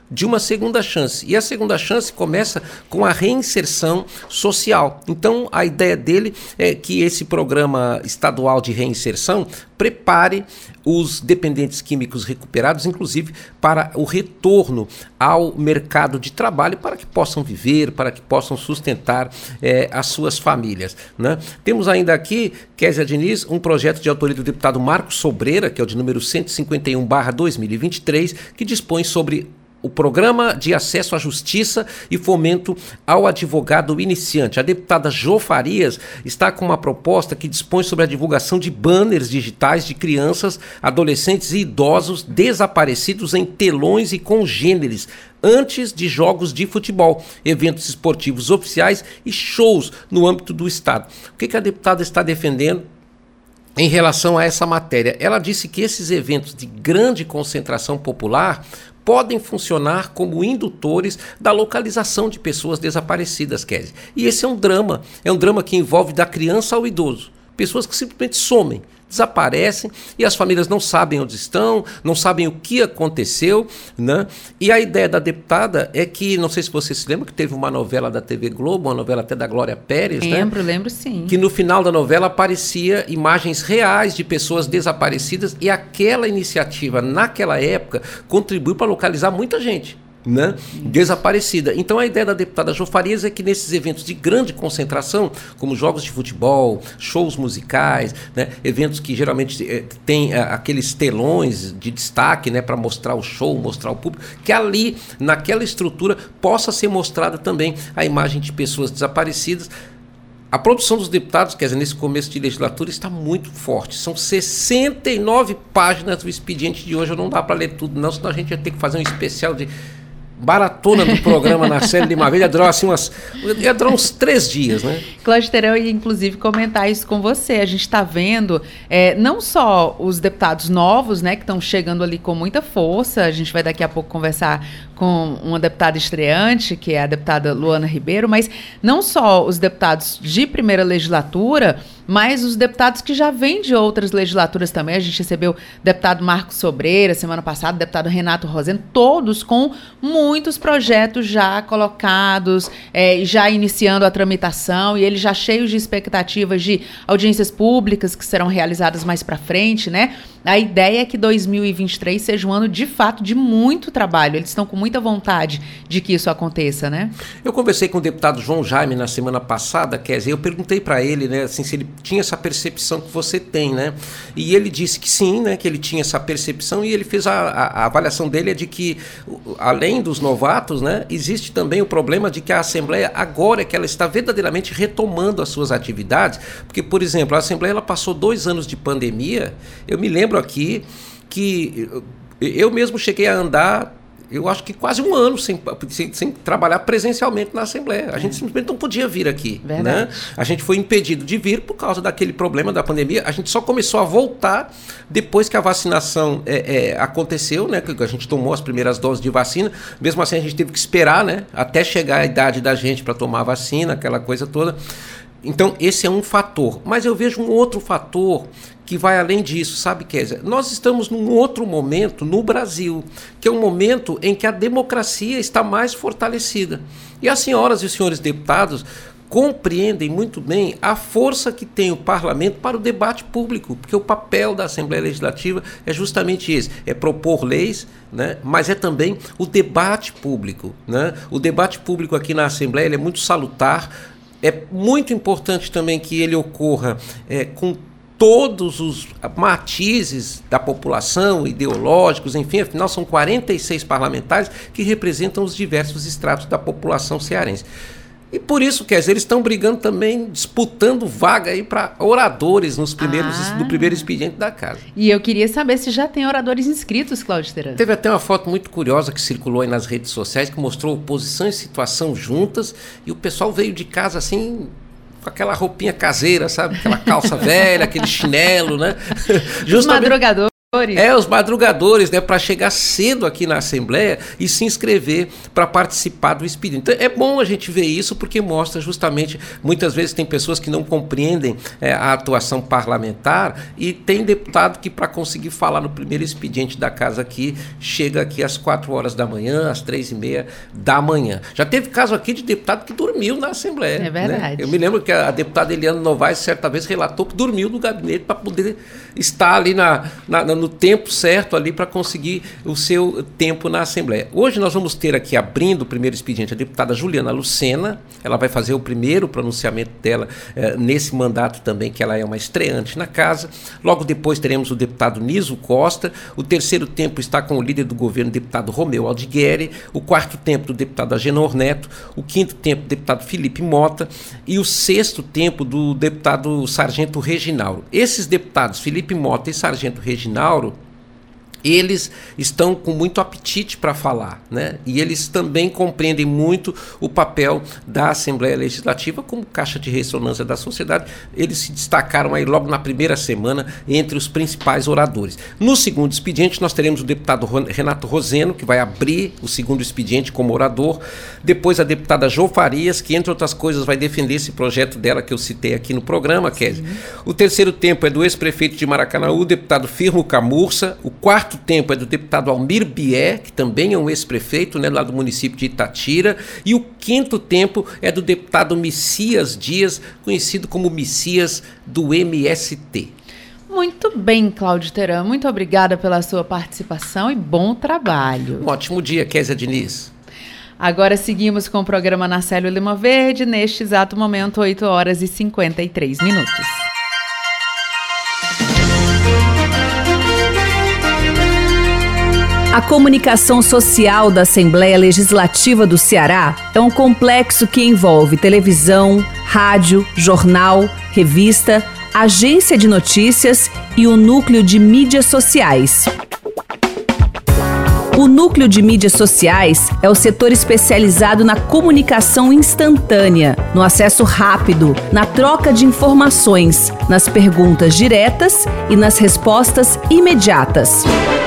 de uma segunda chance. E a segunda chance começa com a reinserção social. Então, a ideia dele é que esse programa estadual de reinserção prepare os dependentes químicos recuperados, inclusive, para o retorno ao mercado de trabalho, para que possam viver, para que possam sustentar é, as suas famílias, né? Temos ainda aqui, Kézia Diniz, um projeto de autoria do deputado Marcos Sobreira, que é o de número cento e cinquenta e um barra dois mil e vinte e três, que dispõe sobre o Programa de Acesso à Justiça e Fomento ao Advogado Iniciante. A deputada Jo Farias está com uma proposta que dispõe sobre a divulgação de banners digitais de crianças, adolescentes e idosos desaparecidos em telões e congêneres antes de jogos de futebol, eventos esportivos oficiais e shows no âmbito do Estado. O que que a deputada está defendendo em relação a essa matéria? Ela disse que esses eventos de grande concentração popular podem funcionar como indutores da localização de pessoas desaparecidas, Kézia. E esse é um drama, é um drama que envolve da criança ao idoso. Pessoas que simplesmente somem, desaparecem e as famílias não sabem onde estão, não sabem o que aconteceu, né? E a ideia da deputada é que, não sei se você se lembra, que teve uma novela da T V Globo, uma novela até da Glória Pérez, lembro, né? Lembro, sim. Que no final da novela aparecia imagens reais de pessoas desaparecidas e aquela iniciativa, naquela época, contribuiu para localizar muita gente, né, desaparecida. Então a ideia da deputada Jo Farias é que nesses eventos de grande concentração, como jogos de futebol, shows musicais, né, eventos que geralmente é, tem é, aqueles telões de destaque, né, para mostrar o show, mostrar o público, que ali, naquela estrutura, possa ser mostrada também a imagem de pessoas desaparecidas. A produção dos deputados, quer dizer, nesse começo de legislatura, está muito forte. São sessenta e nove páginas do expediente de hoje. Não dá para ler tudo, não, senão a gente ia ter que fazer um especial de baratona do programa na série de uma vez. Ia durar, assim, umas, ia durar uns três dias, né? Cláudio Terão ia, inclusive, comentar isso com você. A gente está vendo é, não só os deputados novos, né, que estão chegando ali com muita força. A gente vai daqui a pouco conversar com uma deputada estreante, que é a deputada Luana Ribeiro, mas não só os deputados de primeira legislatura, mas os deputados que já vêm de outras legislaturas também. A gente recebeu o deputado Marcos Sobreira, semana passada, o deputado Renato Rosendo, todos com muitos projetos já colocados, é, já iniciando a tramitação, e eles já cheios de expectativas de audiências públicas que serão realizadas mais para frente, né? A ideia é que dois mil e vinte e três seja um ano, de fato, de muito trabalho. Eles estão com muita vontade de que isso aconteça, né? Eu conversei com o deputado João Jaime na semana passada, quer dizer, eu perguntei para ele, né, assim, se ele tinha essa percepção que você tem, né? E ele disse que sim, né, que ele tinha essa percepção, e ele fez a, a, a avaliação dele é de que, além dos novatos, né, existe também o problema de que a Assembleia, agora é que ela está verdadeiramente retomando as suas atividades, porque, por exemplo, a Assembleia ela passou dois anos de pandemia. Eu me lembro aqui que eu mesmo cheguei a andar, eu acho que quase um ano sem, sem, sem trabalhar presencialmente na Assembleia. A gente simplesmente não podia vir aqui, né? A gente foi impedido de vir por causa daquele problema da pandemia. A gente só começou a voltar depois que a vacinação é, é, aconteceu, né? Que a gente tomou as primeiras doses de vacina. Mesmo assim, a gente teve que esperar, né, até chegar a idade da gente para tomar a vacina, aquela coisa toda. Então, esse é um fator. Mas eu vejo um outro fator que vai além disso, sabe, Kézia? Nós estamos num outro momento no Brasil, que é um momento em que a democracia está mais fortalecida. E as senhoras e os senhores deputados compreendem muito bem a força que tem o parlamento para o debate público, porque o papel da Assembleia Legislativa é justamente esse, é propor leis, né, mas é também o debate público, né? O debate público aqui na Assembleia ele é muito salutar. É muito importante também que ele ocorra é, com todos os matizes da população, ideológicos, enfim, afinal são quarenta e seis parlamentares que representam os diversos estratos da população cearense. E por isso, quer dizer, eles estão brigando também, disputando vaga aí para oradores nos primeiros, ah. no primeiro expediente da casa. E eu queria saber se já tem oradores inscritos, Cláudio Terão. Teve até uma foto muito curiosa que circulou aí nas redes sociais, que mostrou oposição e situação juntas, e o pessoal veio de casa assim, com aquela roupinha caseira, sabe? Aquela calça velha, aquele chinelo, né? Justamente... Madrugador. É, os madrugadores, né, para chegar cedo aqui na Assembleia e se inscrever para participar do expediente. Então é bom a gente ver isso porque mostra justamente, muitas vezes tem pessoas que não compreendem é, a atuação parlamentar e tem deputado que para conseguir falar no primeiro expediente da casa aqui, chega aqui às quatro horas da manhã, às três e meia da manhã. Já teve caso aqui de deputado que dormiu na Assembleia. É verdade. Né? Eu me lembro que a, a deputada Eliana Novaes certa vez relatou que dormiu no gabinete para poder estar ali na, na no tempo certo ali para conseguir o seu tempo na Assembleia. Hoje nós vamos ter aqui, abrindo o primeiro expediente, a deputada Juliana Lucena. Ela vai fazer o primeiro pronunciamento dela eh, nesse mandato também, que ela é uma estreante na casa. Logo depois teremos o deputado Niso Costa. O terceiro tempo está com o líder do governo, o deputado Romeu Aldigueri. O quarto tempo do deputado Agenor Neto. O quinto tempo do deputado Felipe Mota. E o sexto tempo do deputado Sargento Reginaldo. Esses deputados, Felipe Mota e Sargento Reginaldo, eles estão com muito apetite para falar, né? E eles também compreendem muito o papel da Assembleia Legislativa como caixa de ressonância da sociedade. Eles se destacaram aí logo na primeira semana entre os principais oradores. No segundo expediente nós teremos o deputado Renato Roseno, que vai abrir o segundo expediente como orador. Depois a deputada Jo Farias, que entre outras coisas vai defender esse projeto dela que eu citei aqui no programa, Kézia. O terceiro tempo é do ex-prefeito de Maracanaú, deputado Firmo Camurça. O quarto tempo é do deputado Almir Bié, que também é um ex-prefeito, né, lá do município de Itatira, e o quinto tempo é do deputado Messias Dias, conhecido como Messias do M S T. Muito bem, Cláudio Teran, muito obrigada pela sua participação e bom trabalho. Um ótimo dia, Kézia Diniz. Agora seguimos com o programa Narcélio Lima Verde, neste exato momento, oito horas e cinquenta e três minutos. A comunicação social da Assembleia Legislativa do Ceará é um complexo que envolve televisão, rádio, jornal, revista, agência de notícias e o núcleo de mídias sociais. O núcleo de mídias sociais é o setor especializado na comunicação instantânea, no acesso rápido, na troca de informações, nas perguntas diretas e nas respostas imediatas.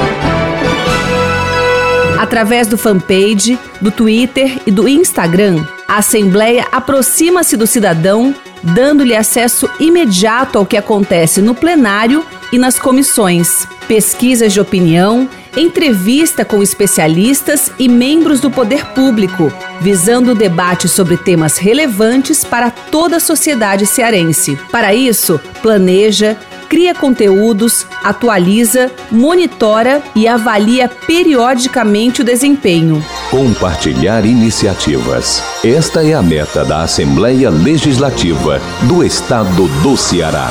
Através do fanpage, do Twitter e do Instagram, a Assembleia aproxima-se do cidadão, dando-lhe acesso imediato ao que acontece no plenário e nas comissões, pesquisas de opinião, entrevista com especialistas e membros do poder público, visando o debate sobre temas relevantes para toda a sociedade cearense. Para isso, planeja, cria conteúdos, atualiza, monitora e avalia periodicamente o desempenho. Compartilhar iniciativas. Esta é a meta da Assembleia Legislativa do Estado do Ceará.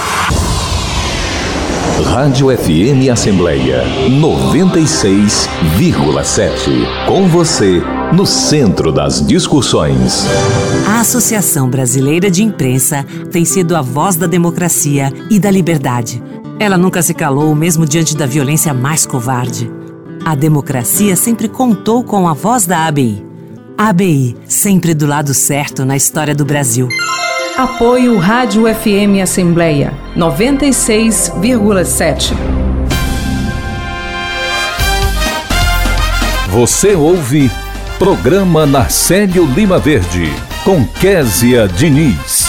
Rádio F M Assembleia noventa e seis vírgula sete. Com você, no centro das discussões. A Associação Brasileira de Imprensa tem sido a voz da democracia e da liberdade. Ela nunca se calou, mesmo diante da violência mais covarde. A democracia sempre contou com a voz da A B I. A B I, sempre do lado certo na história do Brasil. Apoio Rádio F M Assembleia noventa e seis vírgula sete. Você ouve Programa Narcélio Lima Verde, com Kézia Diniz.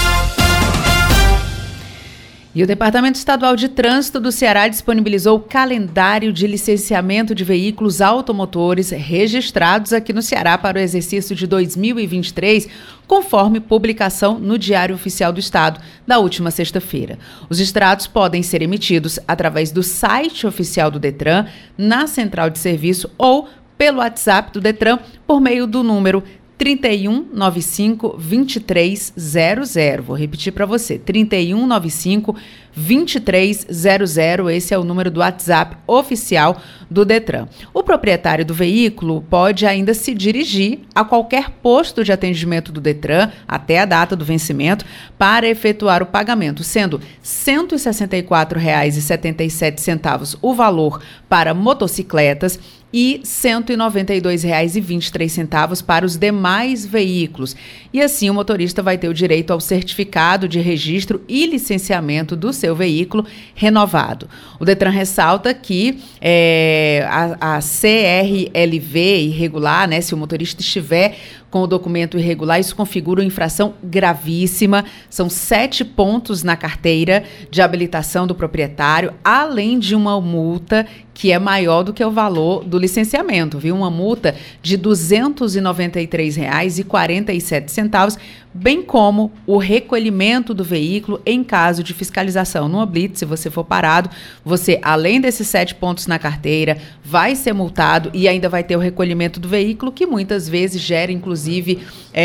E o Departamento Estadual de Trânsito do Ceará disponibilizou o calendário de licenciamento de veículos automotores registrados aqui no Ceará para o exercício de dois mil e vinte e três, conforme publicação no Diário Oficial do Estado da última sexta-feira. Os extratos podem ser emitidos através do site oficial do Detran, na central de serviço ou pelo WhatsApp do Detran por meio do número trinta e um, noventa e cinco, vinte e três zero zero. Vou repetir para você, trinta e um, noventa e cinco, vinte e três zero zero. Esse é o número do WhatsApp oficial do Detran. O proprietário do veículo pode ainda se dirigir a qualquer posto de atendimento do Detran até a data do vencimento para efetuar o pagamento, sendo cento e sessenta e quatro reais e setenta e sete centavos o valor para motocicletas, e cento e noventa e dois reais e vinte e três centavos para os demais veículos. E assim o motorista vai ter o direito ao certificado de registro e licenciamento do seu veículo renovado. O Detran ressalta que é, a, a C R L V irregular, né, se o motorista estiver com o documento irregular, isso configura uma infração gravíssima. São sete pontos na carteira de habilitação do proprietário, além de uma multa que é maior do que o valor do licenciamento, viu? Uma multa de duzentos e noventa e três reais e quarenta e sete centavos, bem como o recolhimento do veículo em caso de fiscalização numa blitz. Se você for parado, você, além desses sete pontos na carteira, vai ser multado e ainda vai ter o recolhimento do veículo, que muitas vezes gera, inclusive,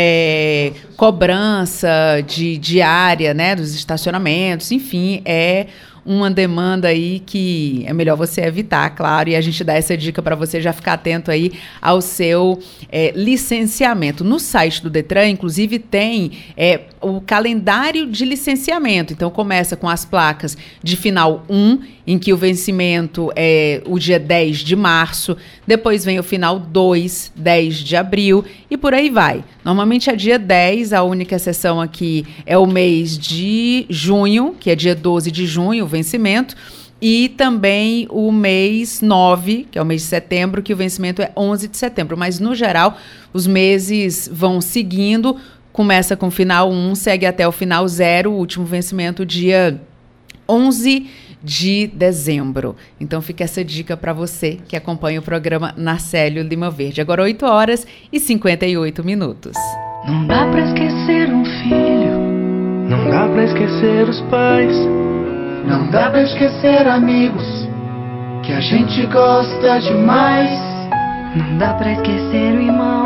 é, cobrança de diária, né, dos estacionamentos, enfim, é uma demanda aí que é melhor você evitar, claro, e a gente dá essa dica para você já ficar atento aí ao seu é, licenciamento. No site do Detran, inclusive, tem é, o calendário de licenciamento. Então, começa com as placas de final um, em que o vencimento é o dia dez de março, depois vem o final dois, dez de abril, e por aí vai. Normalmente é dia dez, a única exceção aqui é o mês de junho, que é dia doze de junho, o vencimento, e também o mês nove, que é o mês de setembro, que o vencimento é onze de setembro. Mas, no geral, os meses vão seguindo, começa com o final um, segue até o final zero, o último vencimento dia onze de dezembro. Então fica essa dica para você que acompanha o programa Narcélio Lima Verde. Agora oito horas e cinquenta e oito minutos. Não dá pra esquecer um filho, não dá pra esquecer os pais, não dá pra esquecer amigos que a gente gosta demais. Não dá pra esquecer o irmão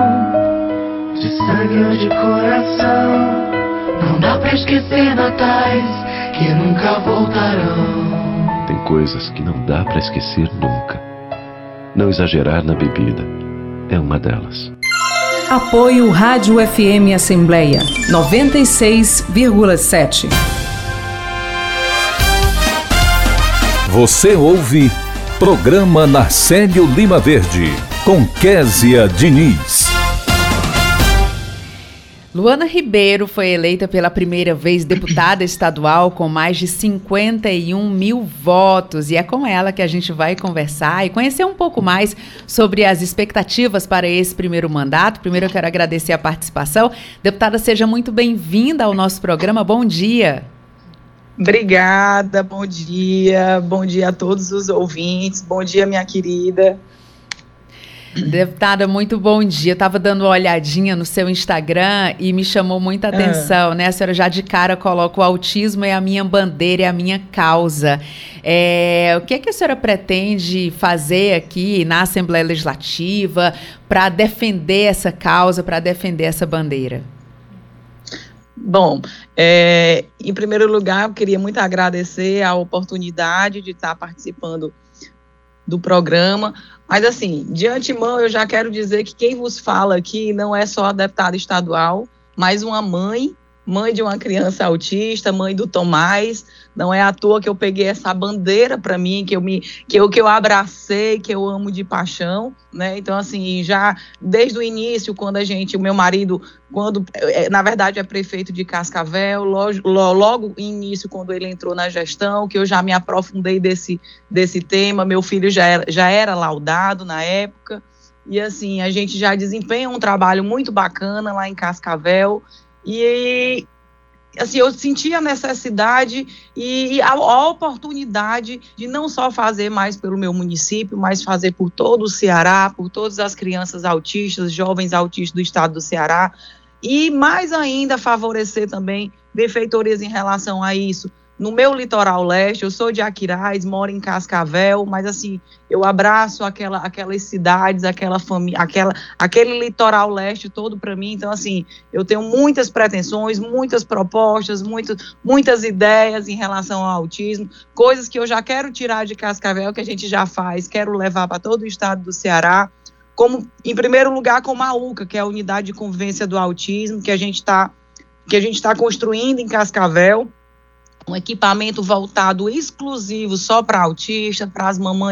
de sangue ou de coração. Não dá pra esquecer natais que nunca voltarão. Tem coisas que não dá pra esquecer nunca. Não exagerar na bebida é uma delas. Apoio Rádio F M Assembleia noventa e seis vírgula sete. Você ouve Programa Narcélio Lima Verde, com Késia Diniz. Luana Ribeiro foi eleita pela primeira vez deputada estadual com mais de cinquenta e um mil votos. E é com ela que a gente vai conversar e conhecer um pouco mais sobre as expectativas para esse primeiro mandato. Primeiro eu quero agradecer a participação. Deputada, seja muito bem-vinda ao nosso programa. Bom dia. Obrigada, bom dia. Bom dia a todos os ouvintes. Bom dia, minha querida. Deputada, muito bom dia. Eu estava dando uma olhadinha no seu Instagram e me chamou muita atenção, ah. né? A senhora já de cara coloca o autismo é a minha bandeira, é a minha causa. É, o que é que a senhora pretende fazer aqui na Assembleia Legislativa para defender essa causa, para defender essa bandeira? Bom, é, em primeiro lugar, eu queria muito agradecer a oportunidade de estar participando do programa, mas assim, de antemão eu já quero dizer que quem vos fala aqui não é só a deputada estadual, mas uma mãe, mãe de uma criança autista, mãe do Tomás. Não é à toa que eu peguei essa bandeira para mim, que eu, me, que, eu, que eu abracei, que eu amo de paixão, né? Então, assim, já desde o início, quando a gente, o meu marido, quando, na verdade, é prefeito de Cascavel, logo, logo em início, quando ele entrou na gestão, que eu já me aprofundei desse, desse tema, meu filho já era, já era laudado na época, e assim, a gente já desempenha um trabalho muito bacana lá em Cascavel, e assim, eu senti a necessidade e a, a oportunidade de não só fazer mais pelo meu município, mas fazer por todo o Ceará, por todas as crianças autistas, jovens autistas do estado do Ceará, e mais ainda favorecer também benfeitorias em relação a isso. No meu litoral leste, eu sou de Aquiraz, moro em Cascavel, mas assim, eu abraço aquela, aquelas cidades, aquela família, aquela, aquele litoral leste todo para mim. Então, assim, eu tenho muitas pretensões, muitas propostas, muitas, muitas ideias em relação ao autismo, coisas que eu já quero tirar de Cascavel, que a gente já faz, quero levar para todo o estado do Ceará, como, em primeiro lugar, como a U C A, que é a Unidade de Convivência do Autismo, que a gente está que a gente está construindo em Cascavel, um equipamento voltado exclusivo só para autistas, para as mamães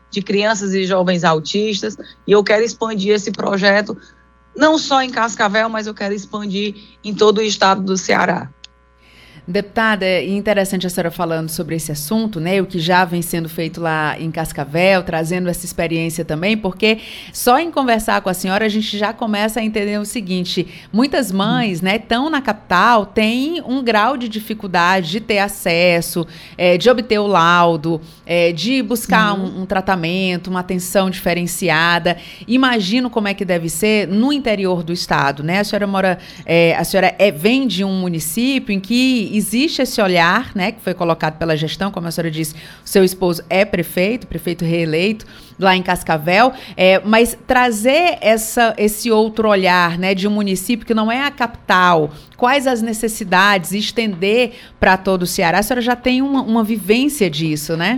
de crianças e jovens autistas, e eu quero expandir esse projeto não só em Cascavel, mas eu quero expandir em todo o estado do Ceará. Deputada, é interessante a senhora falando sobre esse assunto, né, o que já vem sendo feito lá em Cascavel, trazendo essa experiência também, porque só em conversar com a senhora a gente já começa a entender o seguinte: muitas mães, né, estão na capital, têm um grau de dificuldade de ter acesso, é, de obter o laudo, é, de buscar um, um tratamento, uma atenção diferenciada. Imagino como é que deve ser no interior do estado, né? A senhora mora, é, a senhora é, vem de um município em que existe esse olhar, né, que foi colocado pela gestão, como a senhora disse, o seu esposo é prefeito, prefeito reeleito lá em Cascavel, é, mas trazer essa, esse outro olhar, né, de um município que não é a capital, quais as necessidades, estender para todo o Ceará, a senhora já tem uma, uma vivência disso, né?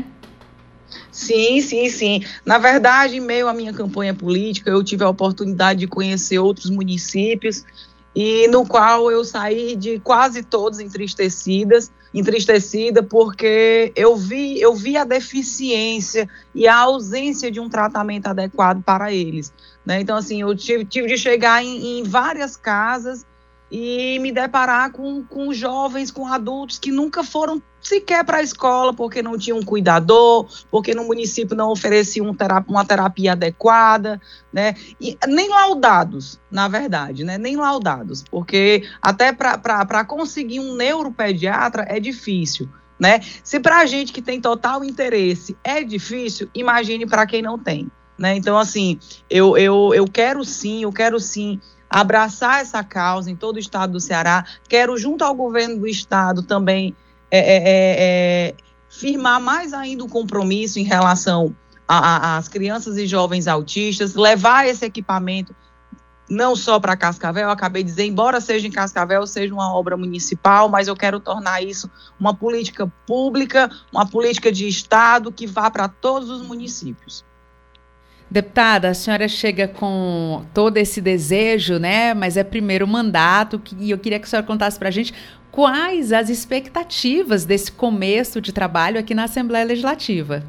Sim, sim, sim. Na verdade, em meio à minha campanha política, eu tive a oportunidade de conhecer outros municípios, e no qual eu saí de quase todos entristecidas, entristecida porque eu vi, eu vi a deficiência e a ausência de um tratamento adequado para eles, né? Então, assim, eu tive, tive de chegar em, em várias casas e me deparar com, com jovens, com adultos que nunca foram sequer para a escola porque não tinham um cuidador, porque no município não oferecia um terapia, uma terapia adequada, né? E nem laudados, na verdade, né? Nem laudados, porque até para conseguir um neuropediatra é difícil, né? Se para a gente que tem total interesse é difícil, imagine para quem não tem, né? Então, assim, eu, eu, eu quero sim, eu quero sim abraçar essa causa em todo o estado do Ceará, quero junto ao governo do estado também é, é, é, firmar mais ainda o compromisso em relação às crianças e jovens autistas, levar esse equipamento não só para Cascavel, eu acabei de dizer, embora seja em Cascavel, seja uma obra municipal, mas eu quero tornar isso uma política pública, uma política de estado que vá para todos os municípios. Deputada, a senhora chega com todo esse desejo, né? Mas é primeiro mandato, e eu queria que a senhora contasse para a gente quais as expectativas desse começo de trabalho aqui na Assembleia Legislativa.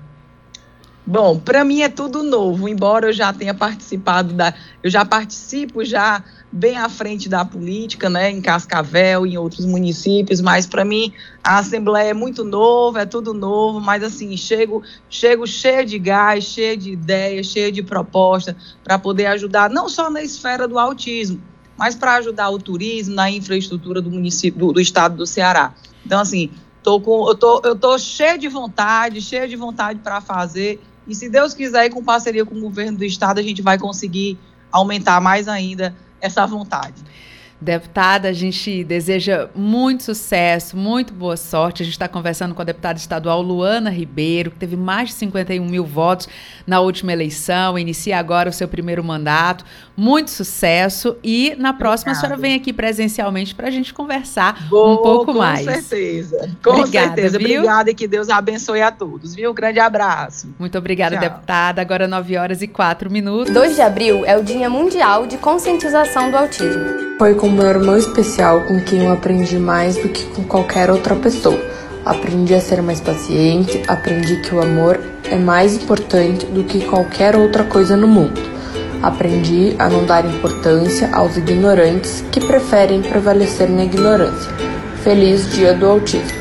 Bom, para mim é tudo novo, embora eu já tenha participado da, eu já participo já bem à frente da política, né, em Cascavel e em outros municípios, mas para mim a Assembleia é muito nova, é tudo novo, mas assim, chego, chego cheio de gás, cheio de ideias, cheio de proposta para poder ajudar, não só na esfera do autismo, mas para ajudar o turismo, na infraestrutura do município, do, do estado do Ceará. Então, assim, tô com, eu tô, eu tô cheio de vontade, cheio de vontade para fazer, e se Deus quiser, e com parceria com o governo do estado, a gente vai conseguir aumentar mais ainda essa vontade. Deputada, a gente deseja muito sucesso, muito boa sorte. A gente está conversando com a deputada estadual Luana Ribeiro, que teve mais de cinquenta e um mil votos na última eleição, inicia agora o seu primeiro mandato. Muito sucesso e na próxima Obrigada. A senhora vem aqui presencialmente para a gente conversar Vou, um pouco com mais. Com certeza, com obrigada, certeza. Viu? Obrigada e que Deus abençoe a todos, viu? Grande abraço. Muito obrigada, Tchau. Deputada. Agora nove horas e quatro minutos. dois de abril é o Dia Mundial de Conscientização do Autismo. Foi com meu irmão especial com quem eu aprendi mais do que com qualquer outra pessoa. Aprendi a ser mais paciente, aprendi que o amor é mais importante do que qualquer outra coisa no mundo. Aprendi a não dar importância aos ignorantes que preferem prevalecer na ignorância. Feliz Dia do Autismo.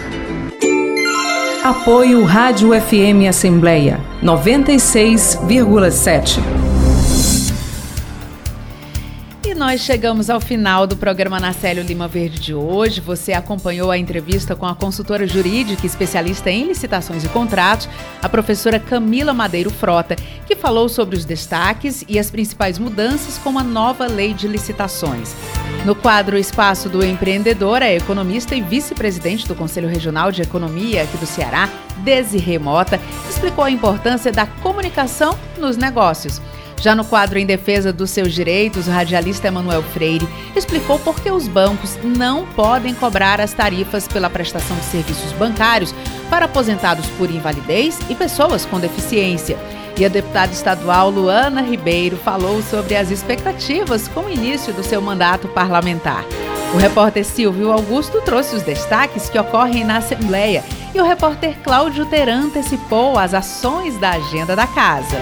Apoio Rádio F M Assembleia noventa e seis vírgula sete. Nós chegamos ao final do programa Nacélio Lima Verde de hoje. Você acompanhou a entrevista com a consultora jurídica e especialista em licitações e contratos, a professora Camila Madeiro Frota, que falou sobre os destaques e as principais mudanças com a nova lei de licitações. No quadro Espaço do Empreendedor, a economista e vice-presidente do Conselho Regional de Economia aqui do Ceará, Desirê Mota, explicou a importância da comunicação nos negócios. Já no quadro Em Defesa dos Seus Direitos, o radialista Emanuel Freire explicou por que os bancos não podem cobrar as tarifas pela prestação de serviços bancários para aposentados por invalidez e pessoas com deficiência. E a deputada estadual Luana Ribeiro falou sobre as expectativas com o início do seu mandato parlamentar. O repórter Silvio Augusto trouxe os destaques que ocorrem na Assembleia e o repórter Cláudio Teran antecipou as ações da agenda da casa.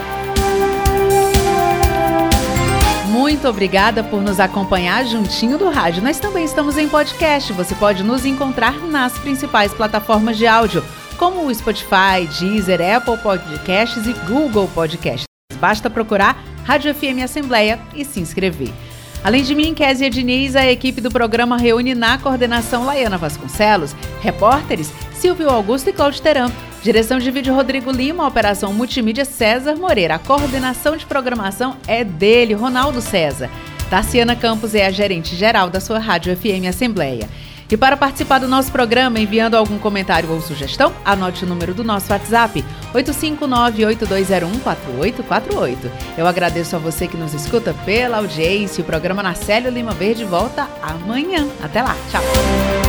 Muito obrigada por nos acompanhar juntinho do rádio. Nós também estamos em podcast. Você pode nos encontrar nas principais plataformas de áudio, como o Spotify, Deezer, Apple Podcasts e Google Podcasts. Basta procurar Rádio F M Assembleia e se inscrever. Além de mim, Kézia Diniz, a equipe do programa reúne na coordenação Laiana Vasconcelos, repórteres Silvio Augusto e Cláudio Teran, direção de vídeo Rodrigo Lima, operação multimídia César Moreira, a coordenação de programação é dele, Ronaldo César. Tarciana Campos é a gerente geral da sua Rádio F M Assembleia. E para participar do nosso programa, enviando algum comentário ou sugestão, anote o número do nosso WhatsApp, oito cinco nove, oito dois zero um, quatro oito quatro oito. Eu agradeço a você que nos escuta pela audiência. O programa Narcélio Lima Verde volta amanhã. Até lá, tchau!